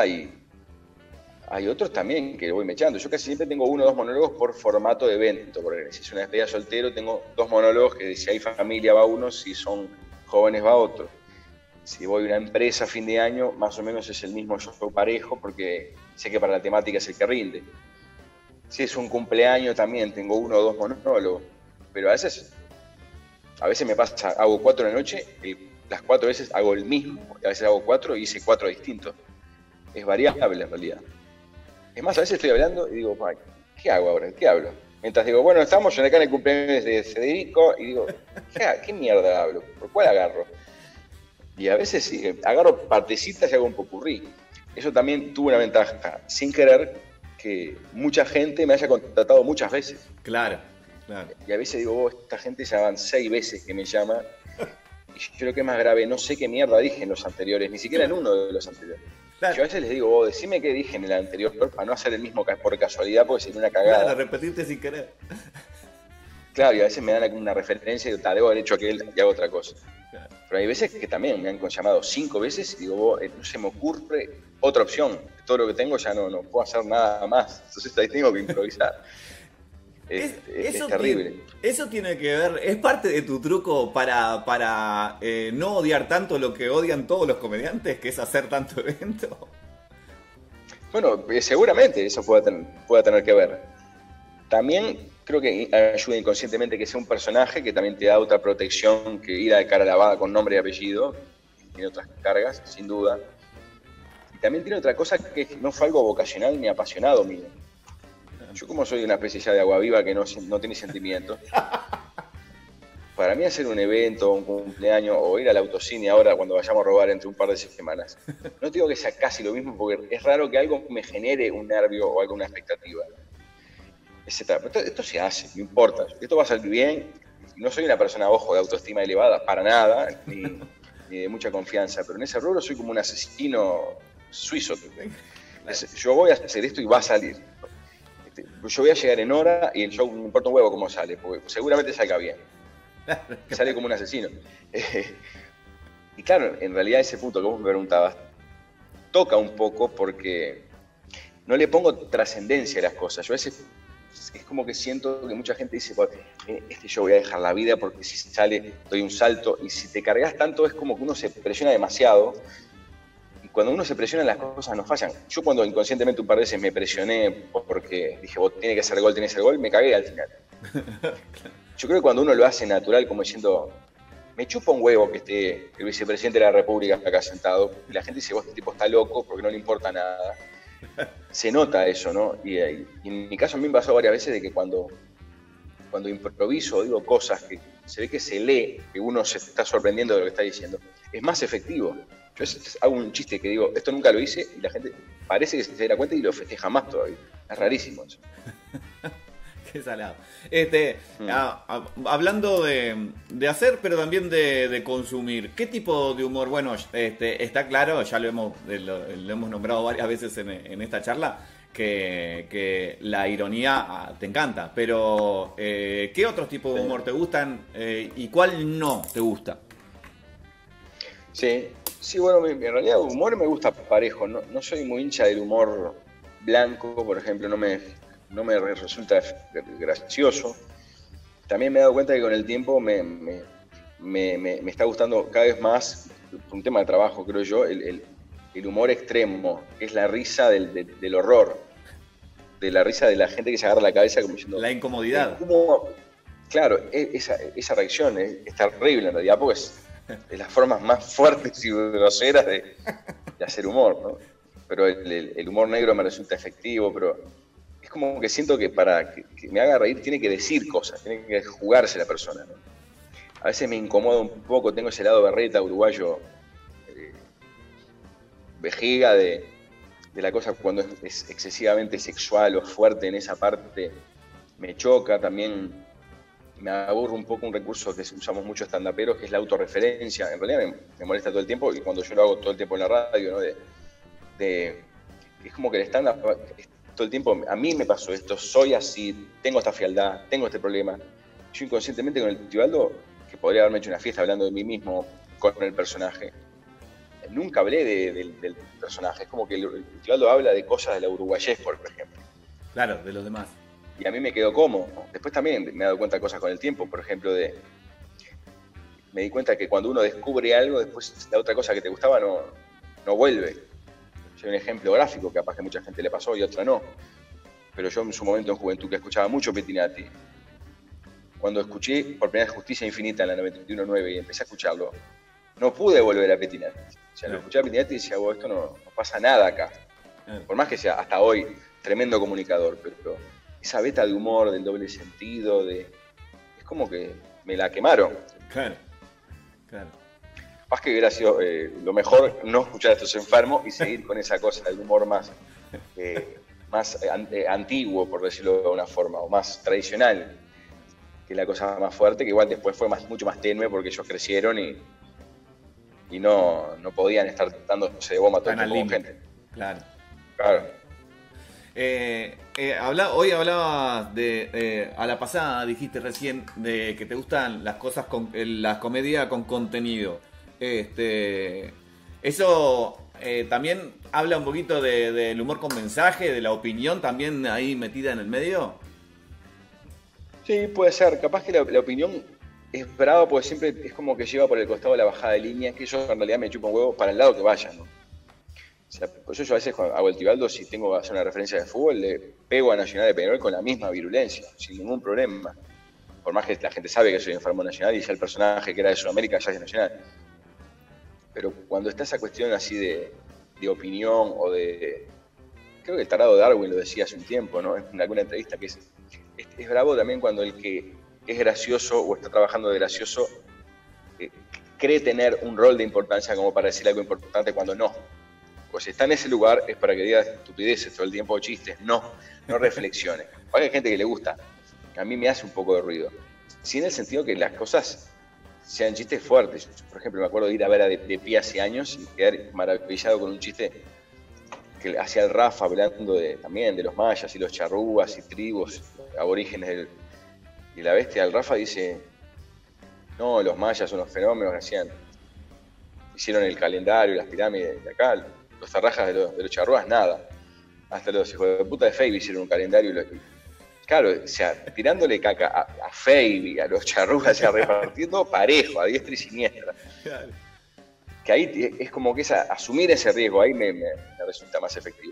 hay otros también que voy mechando. Yo casi siempre tengo 1 o 2 monólogos por formato de evento. Porque si es una despedida soltero, tengo 2 monólogos que si hay familia va uno, si son jóvenes va otro. Si voy a una empresa a fin de año, más o menos es el mismo show parejo, porque sé que para la temática es el que rinde. Si es un cumpleaños también, tengo 1 o 2 monólogos. Pero a veces me pasa, hago 4 en la noche, las 4 veces hago el mismo. A veces hago 4 y hice 4 distintos. Es variable en realidad. Es más, a veces estoy hablando y digo, ¿qué hago ahora? ¿Qué hablo? Mientras digo, bueno, estamos acá en el cumpleaños de Federico y digo, ¿qué mierda hablo? ¿Por cuál agarro? Y a veces sí, agarro partecitas y hago un popurrí. Eso también tuvo una ventaja, sin querer, que mucha gente me haya contratado muchas veces. Claro, claro. Y a veces digo, esta gente ya van 6 veces que me llama. Y yo creo que es más grave, no sé qué mierda dije en los anteriores, ni siquiera en uno de los anteriores. Claro. Yo a veces les digo, decime qué dije en el anterior para no hacer el mismo por casualidad, porque sería una cagada. Claro, repetirte sin querer. Claro, y a veces me dan una referencia y digo, debo haber hecho aquel y hago otra cosa. Claro. Pero hay veces que también me han llamado 5 veces y digo, no se me ocurre otra opción. Todo lo que tengo ya no puedo hacer nada más. Entonces ahí tengo que improvisar. Es terrible. Eso tiene que ver, es parte de tu truco para no odiar tanto lo que odian todos los comediantes, que es hacer tanto evento. Bueno, seguramente eso pueda tener que ver. También creo que ayuda inconscientemente que sea un personaje que también te da otra protección que ir a cara lavada con nombre y apellido. Tiene otras cargas, sin duda. Y también tiene otra cosa que no fue algo vocacional ni apasionado mío. Yo como soy una especie ya de agua viva que no tiene sentimientos, para mí hacer un evento, un cumpleaños o ir al autocine ahora cuando vayamos a robar entre un par de semanas, no digo que sea casi lo mismo porque es raro que algo me genere un nervio o alguna expectativa. Esto se hace, no importa, esto va a salir bien, no soy una persona, ojo, de autoestima elevada, para nada, ni de mucha confianza, pero en ese rubro soy como un asesino suizo. Yo voy a hacer esto y va a salir. Yo voy a llegar en hora y el show no importa un huevo cómo sale, porque seguramente salga bien. Sale como un asesino. Y claro, en realidad ese punto que vos me preguntabas toca un poco porque no le pongo trascendencia a las cosas. Yo a veces es como que siento que mucha gente dice, este show voy a dejar la vida porque si sale doy un salto, y si te cargas tanto es como que uno se presiona demasiado. Cuando uno se presiona las cosas no fallan. Yo cuando inconscientemente un par de veces me presioné porque dije, vos tiene que hacer gol, me cagué al final. Yo creo que cuando uno lo hace natural, como diciendo, me chupa un huevo que esté el vicepresidente de la República acá sentado, y la gente dice, vos este tipo está loco porque no le importa nada. Se nota eso, ¿no? Y en mi caso a mí me pasó varias veces de que cuando improviso o digo cosas que se ve que se lee, que uno se está sorprendiendo de lo que está diciendo, es más efectivo. Yo hago un chiste que digo, esto nunca lo hice, y la gente parece que se da cuenta y lo festeja más todavía. Es rarísimo eso. Qué salado. Hablando de hacer, pero también de consumir, ¿qué tipo de humor? Bueno, está claro, ya lo hemos nombrado varias veces en esta charla, que la ironía te encanta, pero ¿qué otros tipos de humor te gustan y cuál no te gusta? Sí, bueno, en realidad el humor me gusta parejo, no soy muy hincha del humor blanco, por ejemplo, no me resulta gracioso. También me he dado cuenta que con el tiempo me está gustando cada vez más, un tema de trabajo creo yo, el humor extremo, que es la risa del horror, de la risa de la gente que se agarra la cabeza como diciendo... La incomodidad. Claro, esa reacción es terrible en realidad, porque es de las formas más fuertes y groseras de hacer humor, ¿no? Pero el humor negro me resulta efectivo, pero es como que siento que para que me haga reír tiene que decir cosas, tiene que jugarse la persona, ¿no? A veces me incomoda un poco, tengo ese lado berreta uruguayo, vejiga de la cosa cuando es excesivamente sexual o fuerte en esa parte, me choca también. Me aburre un poco un recurso que usamos mucho estandaperos, que es la autorreferencia. En realidad me molesta todo el tiempo, y cuando yo lo hago todo el tiempo en la radio, ¿no? Es como que el stand-up todo el tiempo, a mí me pasó esto, soy así, tengo esta frialdad, tengo este problema. Yo inconscientemente con el Tibaldo, que podría haberme hecho una fiesta hablando de mí mismo con el personaje, nunca hablé del personaje. Es como que el Tibaldo habla de cosas de la uruguayés, por ejemplo. Claro, de los demás. Y a mí me quedó cómodo. Después también me he dado cuenta de cosas con el tiempo, por ejemplo, me di cuenta que cuando uno descubre algo, después la otra cosa que te gustaba no vuelve. Soy un ejemplo gráfico, capaz que mucha gente le pasó y otra no. Pero yo en su momento en juventud, que escuchaba mucho Pettinati, cuando escuché por primera vez Justicia Infinita en la 91.9 y empecé a escucharlo, no pude volver a Pettinati. O sea, lo escuché a Pettinati y decía, esto no pasa nada acá. Por más que sea hasta hoy tremendo comunicador, pero esa beta de humor, del doble sentido, es como que me la quemaron. Claro. Más que hubiera sido lo mejor no escuchar a estos enfermos y seguir con esa cosa del humor más antiguo, por decirlo de una forma, o más tradicional, que la cosa más fuerte, que igual después fue mucho más tenue porque ellos crecieron y no podían estar dándose de bomba todo el tiempo con gente. Claro. Hoy hablabas a la pasada dijiste recién de que te gustan las cosas las comedias con contenido. Eso también habla un poquito del humor con mensaje, de la opinión también ahí metida en el medio. Sí, puede ser. Capaz que la opinión es brava porque siempre es como que lleva por el costado de la bajada de línea, que yo en realidad me chupo un huevo para el lado que vaya, ¿no? O sea, pues yo a veces cuando hago el Tibaldo, si tengo que hacer una referencia de fútbol, le pego a Nacional de Peñarol con la misma virulencia, sin ningún problema. Por más que la gente sabe que soy enfermo Nacional y ya el personaje que era de Sudamérica ya es Nacional. Pero cuando está esa cuestión así de opinión o creo que el tarado Darwin lo decía hace un tiempo, ¿no? En alguna entrevista, que es bravo también cuando el que es gracioso o está trabajando de gracioso cree tener un rol de importancia como para decir algo importante cuando no. Pues si está en ese lugar es para que diga estupideces todo el tiempo, chistes, no reflexione. Hay gente que le gusta, a mí me hace un poco de ruido. Sí, en el sentido que las cosas sean chistes fuertes. Por ejemplo, me acuerdo de ir a ver a De Pie hace años y quedar maravillado con un chiste que hacía el Rafa hablando también de los mayas y los charrúas y tribus aborígenes y la bestia. El Rafa dice, no, los mayas son los fenómenos que hicieron el calendario y las pirámides de acá. Los tarrajas de los charrúas, nada. Hasta los hijos de puta de Feiby hicieron un calendario. Claro, o sea, tirándole caca a Feiby, a los charrúas, o sea, repartiendo parejo, a diestra y siniestra. Claro. Que ahí es como que asumir ese riesgo, ahí me resulta más efectivo.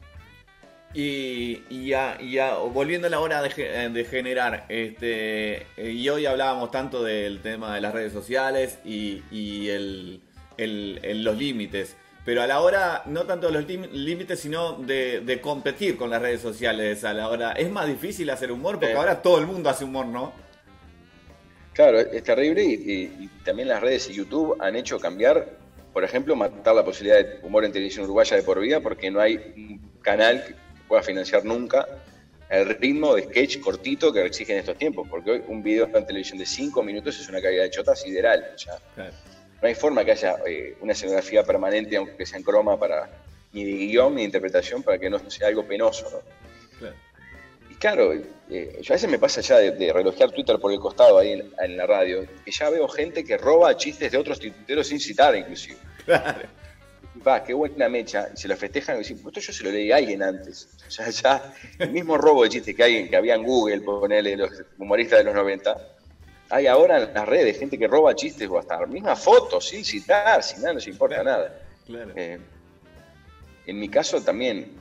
Y volviendo a la hora de generar, y hoy hablábamos tanto del tema de las redes sociales y los límites. Pero a la hora, no tanto de los límites, sino de competir con las redes sociales a la hora. Es más difícil hacer humor porque ahora todo el mundo hace humor, ¿no? Claro, es terrible y también las redes y YouTube han hecho cambiar, por ejemplo, matar la posibilidad de humor en televisión uruguaya de por vida porque no hay un canal que pueda financiar nunca el ritmo de sketch cortito que exigen estos tiempos, porque hoy un video en televisión de 5 minutos es una calidad de chota sideral. Ya. Claro. No hay forma que haya una escenografía permanente, aunque sea en croma, ni de guión ni de interpretación, para que no sea algo penoso, ¿no? Claro. Y claro, yo a veces me pasa ya de relojear Twitter por el costado ahí en la radio, que ya veo gente que roba chistes de otros tuiteros sin citar, inclusive. Claro. Va, qué buena mecha, y se lo festejan y dicen, esto yo se lo leí a alguien antes. O sea, ya el mismo robo de chistes que había en Google, ponele los humoristas de los 90, hay ahora en las redes gente que roba chistes o hasta mismas fotos, sin citar, sin nada, no se importa nada. Claro. En mi caso también,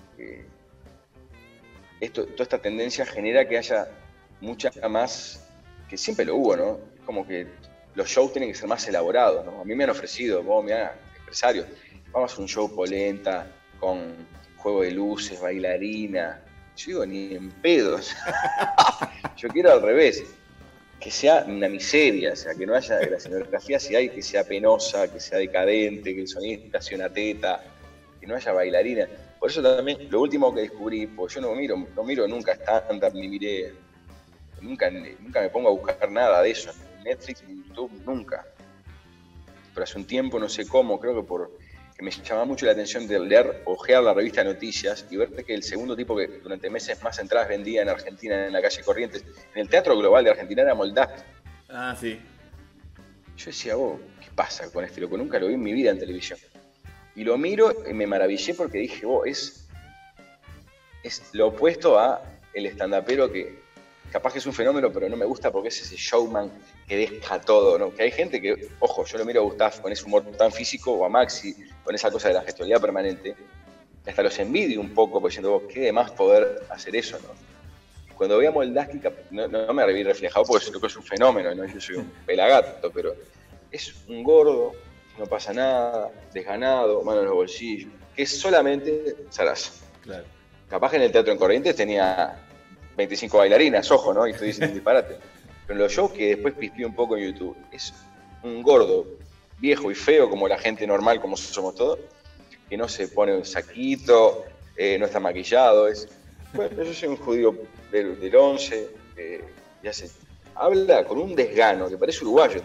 toda esta tendencia genera que haya mucha más, que siempre lo hubo, ¿no? Como que los shows tienen que ser más elaborados, ¿no? A mí me han ofrecido, empresarios, vamos a hacer un show polenta, con juego de luces, bailarina. Yo digo, ni en pedos. Yo quiero al revés, que sea una miseria, o sea, que no haya, la escenografía si hay, que sea penosa, que sea decadente, que el sonista sea una teta, que no haya bailarina. Por eso también, lo último que descubrí, porque yo no miro nunca stand-up, ni miré, nunca me pongo a buscar nada de eso, en Netflix, en YouTube, nunca. Pero hace un tiempo, no sé cómo, creo que me llamaba mucho la atención de ojear la revista Noticias y ver que el segundo tipo que durante meses más entradas vendía en Argentina, en la calle Corrientes, en el Teatro Global de Argentina, era Moldavia. Ah, sí. Yo decía, ¿qué pasa con este loco? Nunca lo vi en mi vida en televisión. Y lo miro y me maravillé porque dije, es lo opuesto a el stand-upero que capaz que es un fenómeno, pero no me gusta porque es ese showman que deja todo, ¿no? Que hay gente que, ojo, yo lo miro a Gustavo con ese humor tan físico, o a Maxi con esa cosa de la gestualidad permanente, que hasta los envidio un poco, porque diciendo, qué de más poder hacer eso, ¿no? Cuando veía a Moldaski, no me vi reflejado porque es un fenómeno, ¿no? Yo soy un pelagato, pero es un gordo, no pasa nada, desganado, mano en los bolsillos, que es solamente zarazo. Claro. Capaz que en el Teatro en Corrientes tenía 25 bailarinas, ojo, ¿no? Y estoy diciendo un disparate. Pero en los shows que después pispié un poco en YouTube, es un gordo, viejo y feo, como la gente normal, como somos todos, que no se pone un saquito, no está maquillado. Bueno, yo soy un judío del 11, habla con un desgano, que parece uruguayo.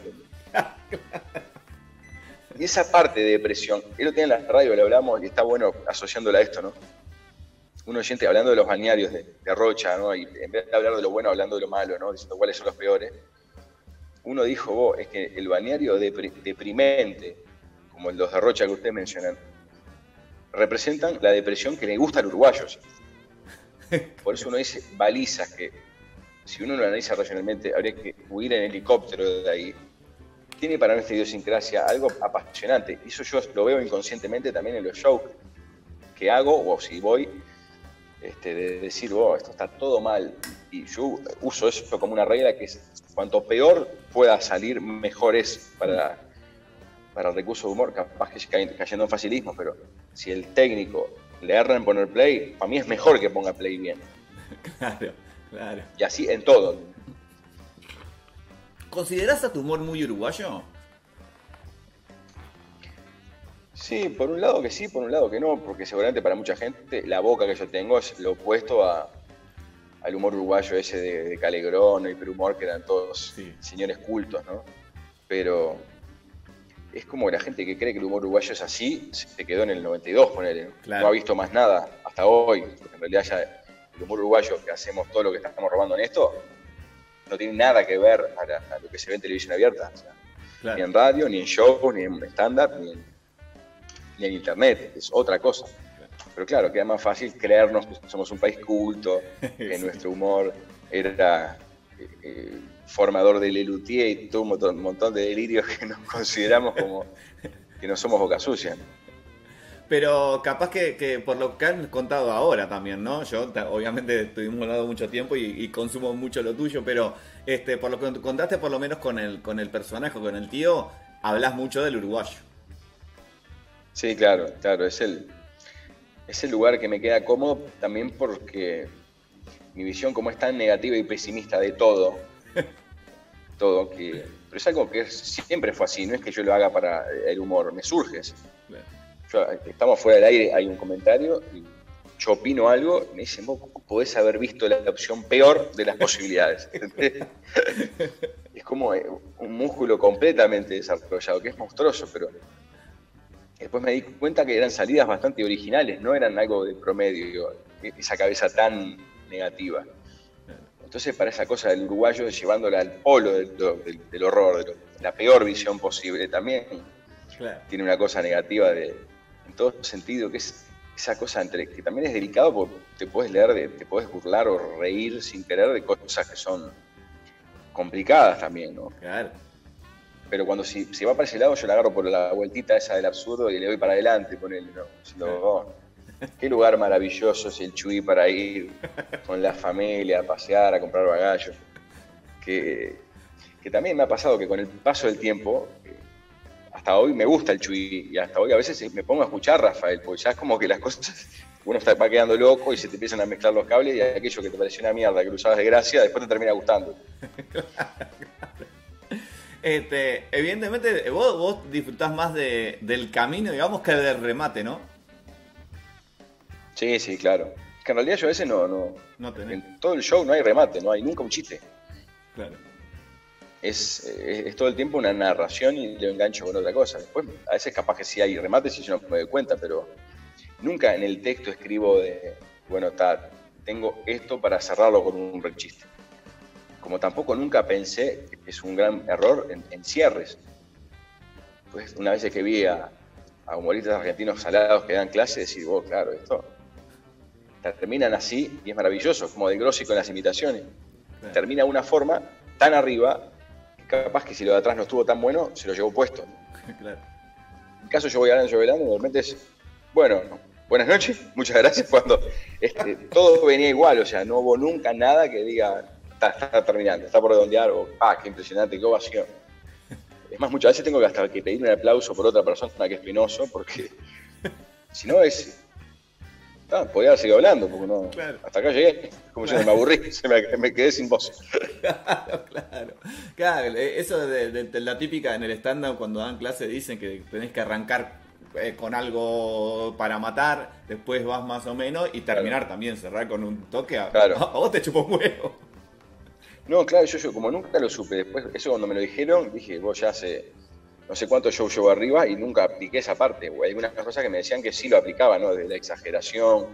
Y esa parte de depresión, él lo tiene en la radio, lo hablamos, y está bueno asociándola a esto, ¿no? Un oyente hablando de los balnearios de Rocha, ¿no? Y en vez de hablar de lo bueno, hablando de lo malo, ¿no? Diciendo cuáles son los peores. Uno dijo, es que el balneario deprimente, como los de Rocha que ustedes mencionan, representan la depresión que le gusta al uruguayo. ¿Sí? Por eso uno dice balizas que, si uno lo analiza racionalmente, habría que huir en helicóptero de ahí. Tiene para nuestra idiosincrasia algo apasionante. Eso yo lo veo inconscientemente también en los shows que hago, o si voy, de decir, esto está todo mal. Y yo uso eso como una regla que es, cuanto peor pueda salir, mejor es para el recurso de humor, capaz que cayendo en facilismo, pero si el técnico le erra en poner play, para mí es mejor que ponga play bien. Claro, claro. Y así en todo. ¿Considerás a tu humor muy uruguayo? Sí, por un lado que sí, por un lado que no, porque seguramente para mucha gente la boca que yo tengo es lo opuesto al humor uruguayo ese de Calegrón, hiperhumor, que eran todos señores cultos, ¿no? Pero es como la gente que cree que el humor uruguayo es así, se quedó en el 92, ponele, ¿no? Claro. No ha visto más nada hasta hoy, porque en realidad ya el humor uruguayo que hacemos todo lo que estamos robando en esto, no tiene nada que ver a lo que se ve en televisión abierta, o sea, claro. Ni en radio, ni en shows, ni en stand-up, ni en internet, es otra cosa. Pero claro, queda más fácil creernos que somos un país culto, que nuestro humor era formador de Lelutier y todo un montón de delirios que nos consideramos como que no somos boca sucia. Pero capaz que por lo que han contado ahora también, ¿no? Yo obviamente estuvimos hablando mucho tiempo y consumo mucho lo tuyo, pero por lo que contaste, por lo menos con el personaje, con el tío, hablas mucho del uruguayo. Sí, claro, es el lugar que me queda cómodo también porque mi visión como es tan negativa y pesimista de todo, todo, pero es algo que siempre fue así, no es que yo lo haga para el humor, me surge eso. Estamos fuera del aire, hay un comentario, y yo opino algo, y me dicen, vos podés haber visto la opción peor de las posibilidades. Es como un músculo completamente desarrollado, que es monstruoso, pero después me di cuenta que eran salidas bastante originales, no eran algo de promedio, esa cabeza tan negativa. Entonces, para esa cosa del uruguayo, llevándola al polo del horror, de la peor visión posible, también tiene una cosa negativa en todo sentido, que es esa cosa que también es delicado porque te puedes leer, te puedes burlar o reír sin querer de cosas que son complicadas también, ¿no? Claro. Pero cuando si va para ese lado, yo la agarro por la vueltita esa del absurdo y le doy para adelante, ponele, ¿no? Diciendo, qué lugar maravilloso es el Chuy para ir con la familia a pasear, a comprar bagallo. Que también me ha pasado que con el paso del tiempo, hasta hoy me gusta el Chuy, y hasta hoy a veces me pongo a escuchar Rafael, porque ya es como que las cosas, uno va quedando loco y se te empiezan a mezclar los cables y aquello que te pareció una mierda, que lo usabas de gracia, después te termina gustando. Evidentemente, vos disfrutás más del camino, digamos, que del remate, ¿no? Sí, sí, claro. Es que en realidad yo a veces no tenés. En todo el show no hay remate, no hay nunca un chiste. Claro. Es todo el tiempo una narración y lo engancho con otra cosa. Después, a veces capaz que sí hay remates y yo no me doy cuenta, pero nunca en el texto escribo tengo esto para cerrarlo con un re chiste. Como tampoco nunca pensé, que es un gran error, en cierres. Pues una vez que vi a humoristas argentinos salados que dan clase, decir, claro, esto terminan así y es maravilloso, como de Grossi con las imitaciones. Claro. Termina de una forma tan arriba que capaz que si lo de atrás no estuvo tan bueno, se lo llevó puesto. Claro. En caso yo voy hablando y de repente es, buenas noches, muchas gracias, cuando todo venía igual, o sea, no hubo nunca nada que diga, está terminando, está por redondear, o qué impresionante, qué ovación. Es más, muchas veces tengo que hasta que pedir un aplauso por otra persona que es penoso, porque si no podría haber seguido hablando, porque no, claro. Hasta acá llegué, como yo me aburrí, me quedé sin voz. Claro, eso de la típica en el stand-up cuando dan clase dicen que tenés que arrancar con algo para matar, después vas más o menos y terminar también, cerrar con un toque, a vos te chupó un huevo. No, claro, yo como nunca lo supe, después eso cuando me lo dijeron, dije, vos ya hace no sé cuántos shows llevo arriba y nunca apliqué esa parte, o algunas cosas que me decían que sí lo aplicaba, ¿no? De la exageración,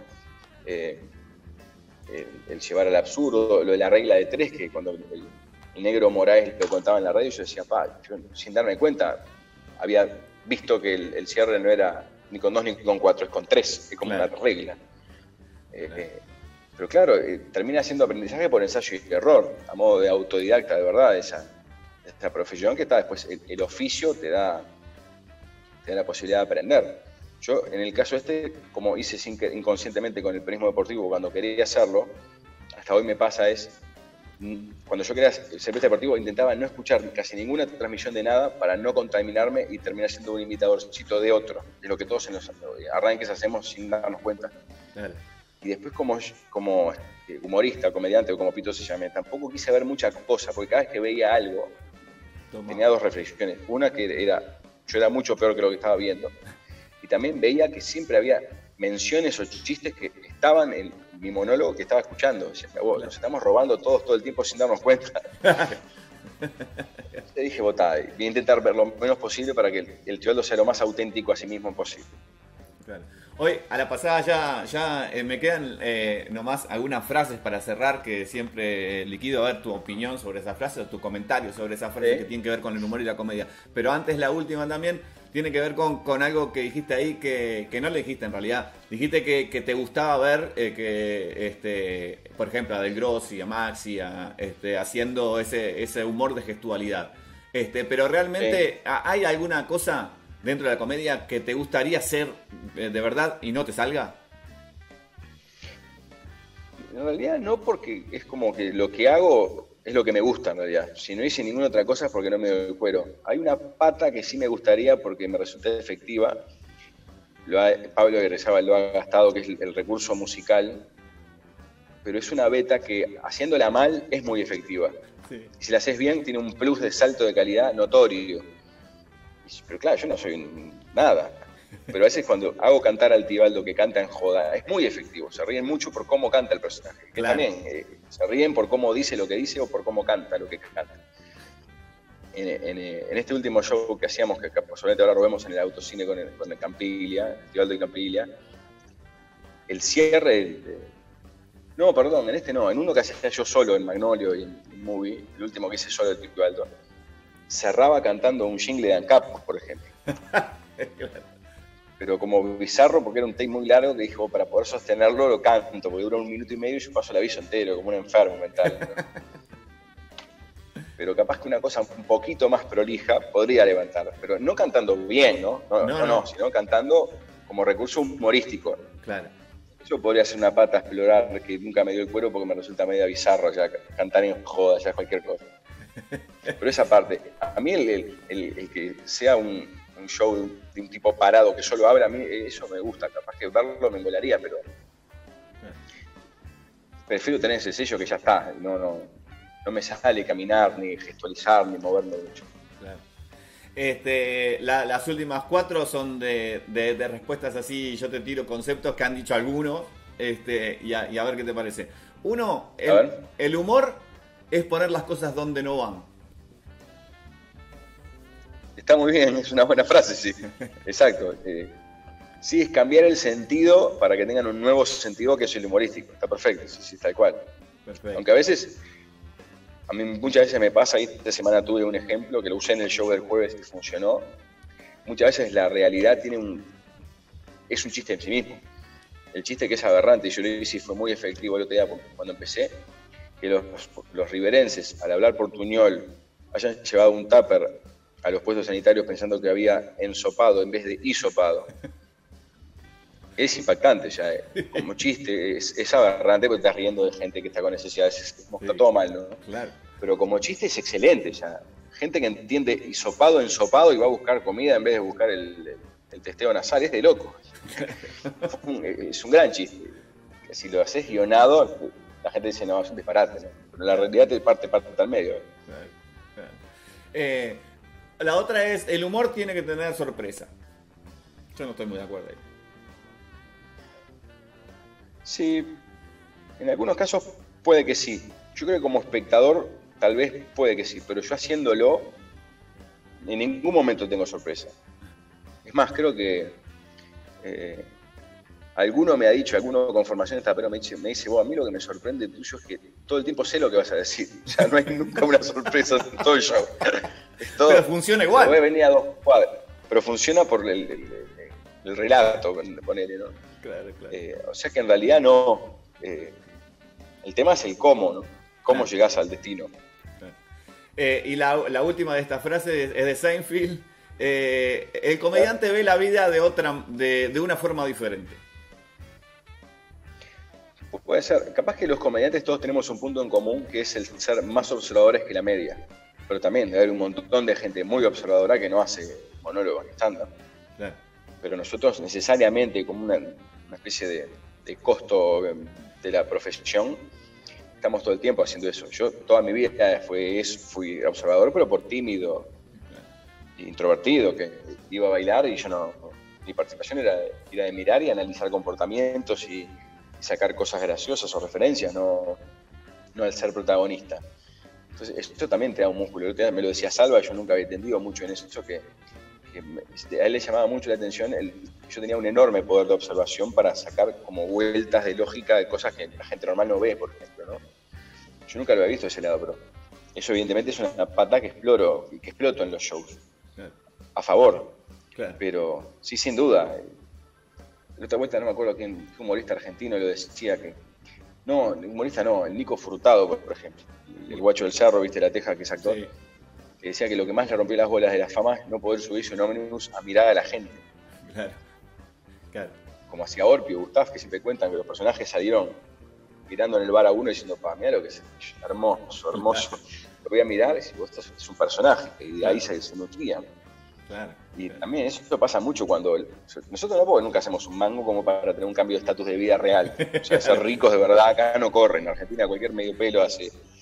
el llevar al absurdo, lo de la regla de tres, que cuando el negro Moraes lo contaba en la radio, yo decía, yo sin darme cuenta, había visto que el cierre no era ni con 2 ni con 4, es con 3, es como una regla. Pero claro, termina siendo aprendizaje por ensayo y error, a modo de autodidacta, de verdad, esa profesión que está después, el oficio te da la posibilidad de aprender. Yo, en el caso como hice inconscientemente con el periodismo deportivo cuando quería hacerlo, hasta hoy me pasa cuando yo quería ser periodista deportivo intentaba no escuchar casi ninguna transmisión de nada para no contaminarme y terminar siendo un imitadorcito de otro, de lo que todos en los arranques hacemos sin darnos cuenta. Claro. Y después como humorista, comediante o como Pito se llame, tampoco quise ver mucha cosa, porque cada vez que veía algo tenía 2 reflexiones. Una que yo era mucho peor que lo que estaba viendo. Y también veía que siempre había menciones o chistes que estaban en mi monólogo que estaba escuchando. O sea, nos estamos robando todos todo el tiempo sin darnos cuenta. Entonces dije, voy a intentar ver lo menos posible para que el Teobaldo sea lo más auténtico a sí mismo posible. Claro. Hoy, a la pasada ya me quedan nomás algunas frases para cerrar que siempre liquido a ver tu opinión sobre esas frases, o tu comentario sobre esas frases que tienen que ver con el humor y la comedia. Pero antes la última también tiene que ver con algo que dijiste ahí que no le dijiste en realidad. Dijiste que te gustaba ver por ejemplo, a Del Grossi, a Maxi, haciendo ese humor de gestualidad. Pero realmente ¿hay alguna cosa dentro de la comedia que te gustaría hacer de verdad y no te salga? En realidad no, porque es como que lo que hago es lo que me gusta en realidad. Si no hice ninguna otra cosa es porque no me doy cuero. Hay una pata que sí me gustaría porque me resulta efectiva. Pablo Egresaba lo ha gastado, que es el recurso musical. Pero es una beta que haciéndola mal es muy efectiva. Sí. Y si la haces bien, tiene un plus de salto de calidad notorio. Pero claro, yo no soy nada. Pero a veces cuando hago cantar al Tibaldo que canta en joda, es muy efectivo. Se ríen mucho por cómo canta el personaje. Que Claro. también se ríen por cómo dice lo que dice o por cómo canta lo que canta. En este último show que hacíamos, que posiblemente ahora lo vemos en el autocine con el Campiglia, el Tibaldo y Campiglia, el cierre... No, perdón, en este no, en uno que hacía yo solo, en Magnolio y en Movie, el último que hice solo, el Tibaldo, cerraba cantando un jingle de ANCAP, por ejemplo. Pero como bizarro, porque era un take muy largo, que dijo, para poder sostenerlo lo canto, porque dura 1 minuto y medio y yo paso el aviso entero, como un enfermo mental, ¿no? Pero capaz que una cosa un poquito más prolija podría levantar, pero no cantando bien, ¿no? No, sino cantando como recurso humorístico. Claro. Yo podría hacer una pata a explorar que nunca me dio el cuero porque me resulta medio bizarro ya cantar en joda, ya cualquier cosa. Pero esa parte, a mí el que sea un show de un tipo parado que yo lo abra, a mí eso me gusta, capaz que verlo me engolaría, pero prefiero tener ese sello que ya está, no me sale caminar, ni gestualizar, ni moverme mucho. Claro. Las últimas 4 son de respuestas así, yo te tiro conceptos que han dicho algunos, y a ver qué te parece. Uno, el humor es poner las cosas donde no van. Está muy bien, es una buena frase, sí. Exacto. Sí, es cambiar el sentido para que tengan un nuevo sentido que es el humorístico. Está perfecto, sí, tal cual. Perfecto. Aunque a veces, a mí muchas veces me pasa, y esta semana tuve un ejemplo que lo usé en el show del jueves y funcionó. Muchas veces la realidad es un chiste en sí mismo. El chiste que es aberrante, y yo lo hice y fue muy efectivo el otro día cuando empecé, que los riverenses, al hablar portuñol, hayan llevado un tupper a los puestos sanitarios pensando que había ensopado en vez de hisopado. Es impactante ya, como chiste, es aberrante porque estás riendo de gente que está con necesidades, está todo mal, ¿no? Claro. Pero como chiste es excelente ya. Gente que entiende hisopado, ensopado y va a buscar comida en vez de buscar el testeo nasal, es de loco. Es un gran chiste. Que si lo haces guionado, la gente dice, no, es un disparate, ¿no? Pero la realidad te parte al medio. Claro. La otra es, el humor tiene que tener sorpresa. Yo no estoy muy de acuerdo ahí. Sí, en algunos casos puede que sí. Yo creo que como espectador tal vez puede que sí, pero yo haciéndolo en ningún momento tengo sorpresa. Es más, creo que alguno me ha dicho, alguno con formación esta, pero me dice, vos, a mí lo que me sorprende tuyo es que todo el tiempo sé lo que vas a decir. O sea, no hay nunca una sorpresa en todo el show. Pero funciona igual. Voy a venir a 2 cuadras, pero funciona por el relato, ponele, ¿no? Claro. O sea que en realidad no. El tema es el cómo, ¿no? Cómo llegás al destino. Y la última de estas frases es de Seinfeld. El comediante ve la vida de una forma diferente. Puede ser. Capaz que los comediantes todos tenemos un punto en común, que es el ser más observadores que la media. Pero también debe haber un montón de gente muy observadora que no hace monólogos ni estándar. Claro. Pero nosotros necesariamente, como una especie de costo de la profesión, estamos todo el tiempo haciendo eso. Yo toda mi vida fui observador, pero por tímido, introvertido, que iba a bailar y mi participación era ir a mirar y analizar comportamientos y sacar cosas graciosas o referencias, no el ser protagonista. Entonces, esto también te da un músculo. Me lo decía Salva, yo nunca había entendido mucho en eso, que a él le llamaba mucho la atención. Yo tenía un enorme poder de observación para sacar como vueltas de lógica de cosas que la gente normal no ve, por ejemplo, ¿no? Yo nunca lo había visto de ese lado, pero eso evidentemente es una pata que exploto en los shows. Claro. A favor. Claro. Pero sí, sin duda. La otra vuelta no me acuerdo qué humorista argentino lo decía que... No, el humorista no, el Nico Furtado, por ejemplo. El guacho del Cerro, viste, la Teja, que es actor. Sí. Que decía que lo que más le rompió las bolas de la fama es no poder subirse un ómnibus a mirar a la gente. Claro. Como hacía Orpio y Gustav, que siempre cuentan que los personajes salieron mirando en el bar a uno y diciendo, mirá lo que es hermoso. Lo voy a mirar y digo, esto es un personaje. Y de ahí se nutrían. Claro. Y también eso pasa mucho cuando... Nosotros no, porque nunca hacemos un mango como para tener un cambio de estatus de vida real. O sea, ser ricos de verdad acá no corre. En Argentina cualquier medio pelo hace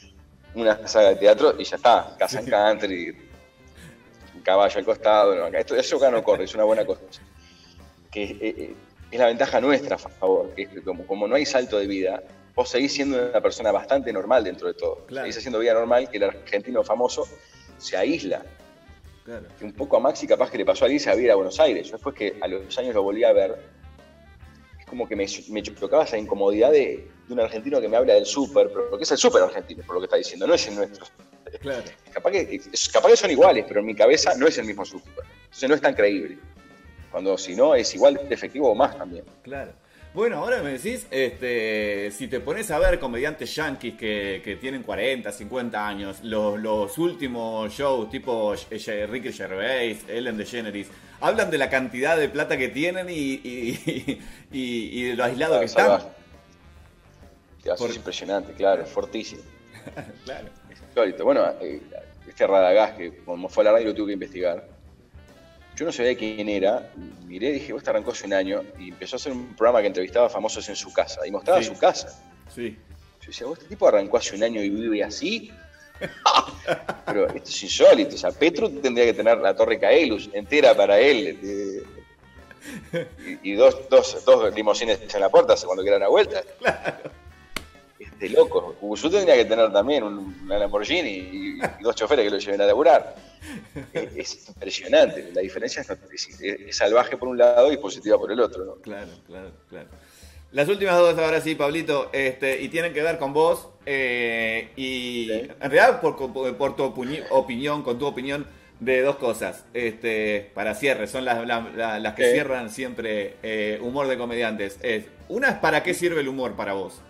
una saga de teatro y ya está, casa en country, un caballo al costado, no, eso acá no corre, es una buena cosa. Que es la ventaja nuestra a favor, que es que como no hay salto de vida, vos seguís siendo una persona bastante normal dentro de todo. Claro. Seguís haciendo vida normal, que el argentino famoso se aísla. Claro. Que un poco a Maxi capaz que le pasó a irse a vivir a Buenos Aires. Yo después que a los años lo volví a ver, es como que me chocaba esa incomodidad de un argentino que me habla del súper, pero que es el súper argentino, por lo que está diciendo, no es el nuestro. Claro. Capaz que son iguales, pero en mi cabeza no es el mismo súper. Entonces no es tan creíble. Cuando si no es igual de efectivo o más también. Claro. Bueno, ahora me decís, si te pones a ver comediantes yanquis que tienen 40, 50 años, los últimos shows tipo Ricky Gervais, Ellen DeGeneres, hablan de la cantidad de plata que tienen y de lo aislado que están. Eso es impresionante, claro, es fortísimo. Claro. Bueno, este Radagás, que como fue a la radio lo tuve que investigar. Yo no sabía quién era, miré y dije, este arrancó hace un año y empezó a hacer un programa que entrevistaba a famosos en su casa y mostraba su casa. Sí. Yo decía, este tipo arrancó hace un año y vive así. Pero esto es insólito. O sea, Petro tendría que tener la Torre Caelus entera para él. Y dos limusines en la puerta cuando quiera una vuelta. Claro. De loco. Cubusú tendría que tener también una Lamborghini y 2 choferes que lo lleven a laburar. Es impresionante. La diferencia es salvaje por un lado y positiva por el otro, ¿no? Claro. Las últimas dos ahora sí, Pablito, y tienen que ver con vos. Y en realidad por tu opinión, con tu opinión de dos cosas. Para cierre, son las que cierran siempre Humor de Comediantes. Una es ¿para qué sirve el humor para vos?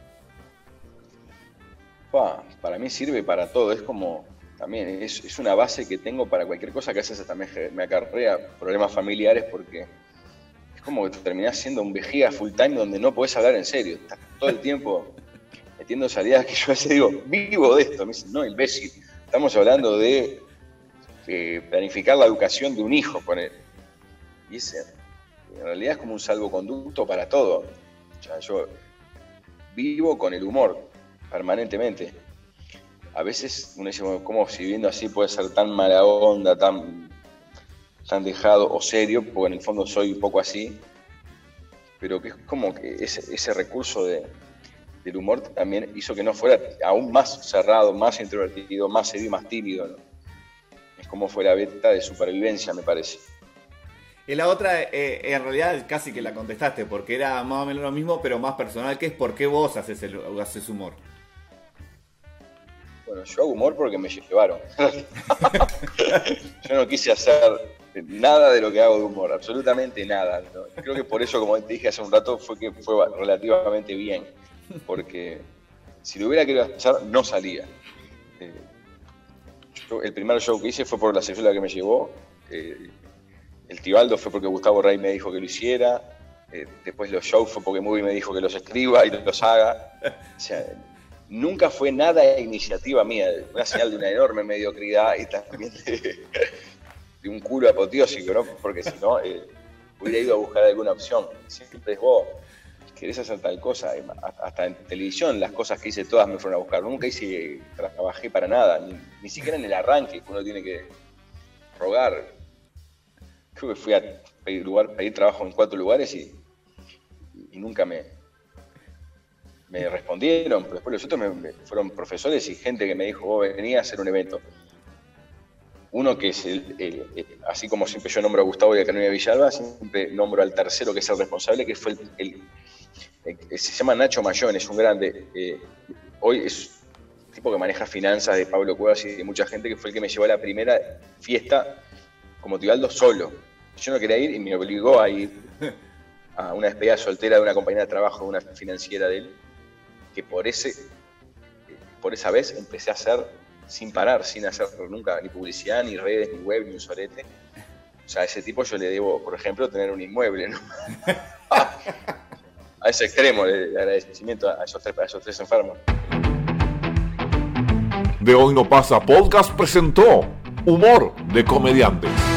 Para mí sirve para todo, es como, también es una base que tengo para cualquier cosa que haces, también me acarrea problemas familiares porque es como que terminás siendo un vejiga full time donde no podés hablar en serio, estás todo el tiempo metiendo salidas que yo a veces digo, vivo de esto, me dicen, no, imbécil, estamos hablando de planificar la educación de un hijo, poner. Y en realidad es como un salvoconducto para todo, o sea, yo vivo con el humor permanentemente. A veces uno dice, ¿cómo si viviendo así puede ser tan mala onda, tan dejado o serio? Porque en el fondo soy un poco así, pero que es como que ese recurso del humor también hizo que no fuera aún más cerrado, más introvertido, más serio y más tímido, ¿no? Es como fue la beta de supervivencia, me parece. Y la otra, en realidad casi que la contestaste, porque era más o menos lo mismo, pero más personal, que es por qué vos haces humor. Bueno, yo hago humor porque me llevaron. Yo no quise hacer nada de lo que hago de humor, absolutamente nada, ¿no? Creo que por eso, como te dije hace un rato, fue relativamente bien. Porque si lo hubiera querido hacer, no salía. El primer show que hice fue por la sexualidad que me llevó. El Tibaldo fue porque Gustavo Rey me dijo que lo hiciera. Después los shows fue porque Movie me dijo que los escriba y los haga. O sea, nunca fue nada de iniciativa mía. Una señal de una enorme mediocridad y también de un culo apoteósico, ¿no? Porque si no, hubiera ido a buscar alguna opción. Siempre es vos, querés hacer tal cosa. Hasta en televisión las cosas que hice todas me fueron a buscar. Nunca trabajé para nada, ni siquiera en el arranque, que uno tiene que rogar. Creo que fui a pedir trabajo en 4 lugares y nunca me respondieron. Pero después los otros fueron profesores y gente que me dijo, vos venía a hacer un evento. Uno que es, así como siempre yo nombro a Gustavo y a Carolina Villalba, siempre nombro al tercero que es el responsable, que fue se llama Nacho Mayón, es un grande. Hoy es un tipo que maneja finanzas de Pablo Cuevas y de mucha gente, que fue el que me llevó a la primera fiesta como Tibaldo solo. Yo no quería ir y me obligó a ir a una despedida soltera de una compañía de trabajo, de una financiera de él, que por esa vez empecé a hacer sin parar, sin hacer nunca ni publicidad, ni redes, ni web, ni un sorete. O sea, a ese tipo yo le debo, por ejemplo, tener un inmueble, ¿no? A ese extremo de agradecimiento a esos tres enfermos. De Hoy No Pasa Podcast presentó Humor de Comediantes.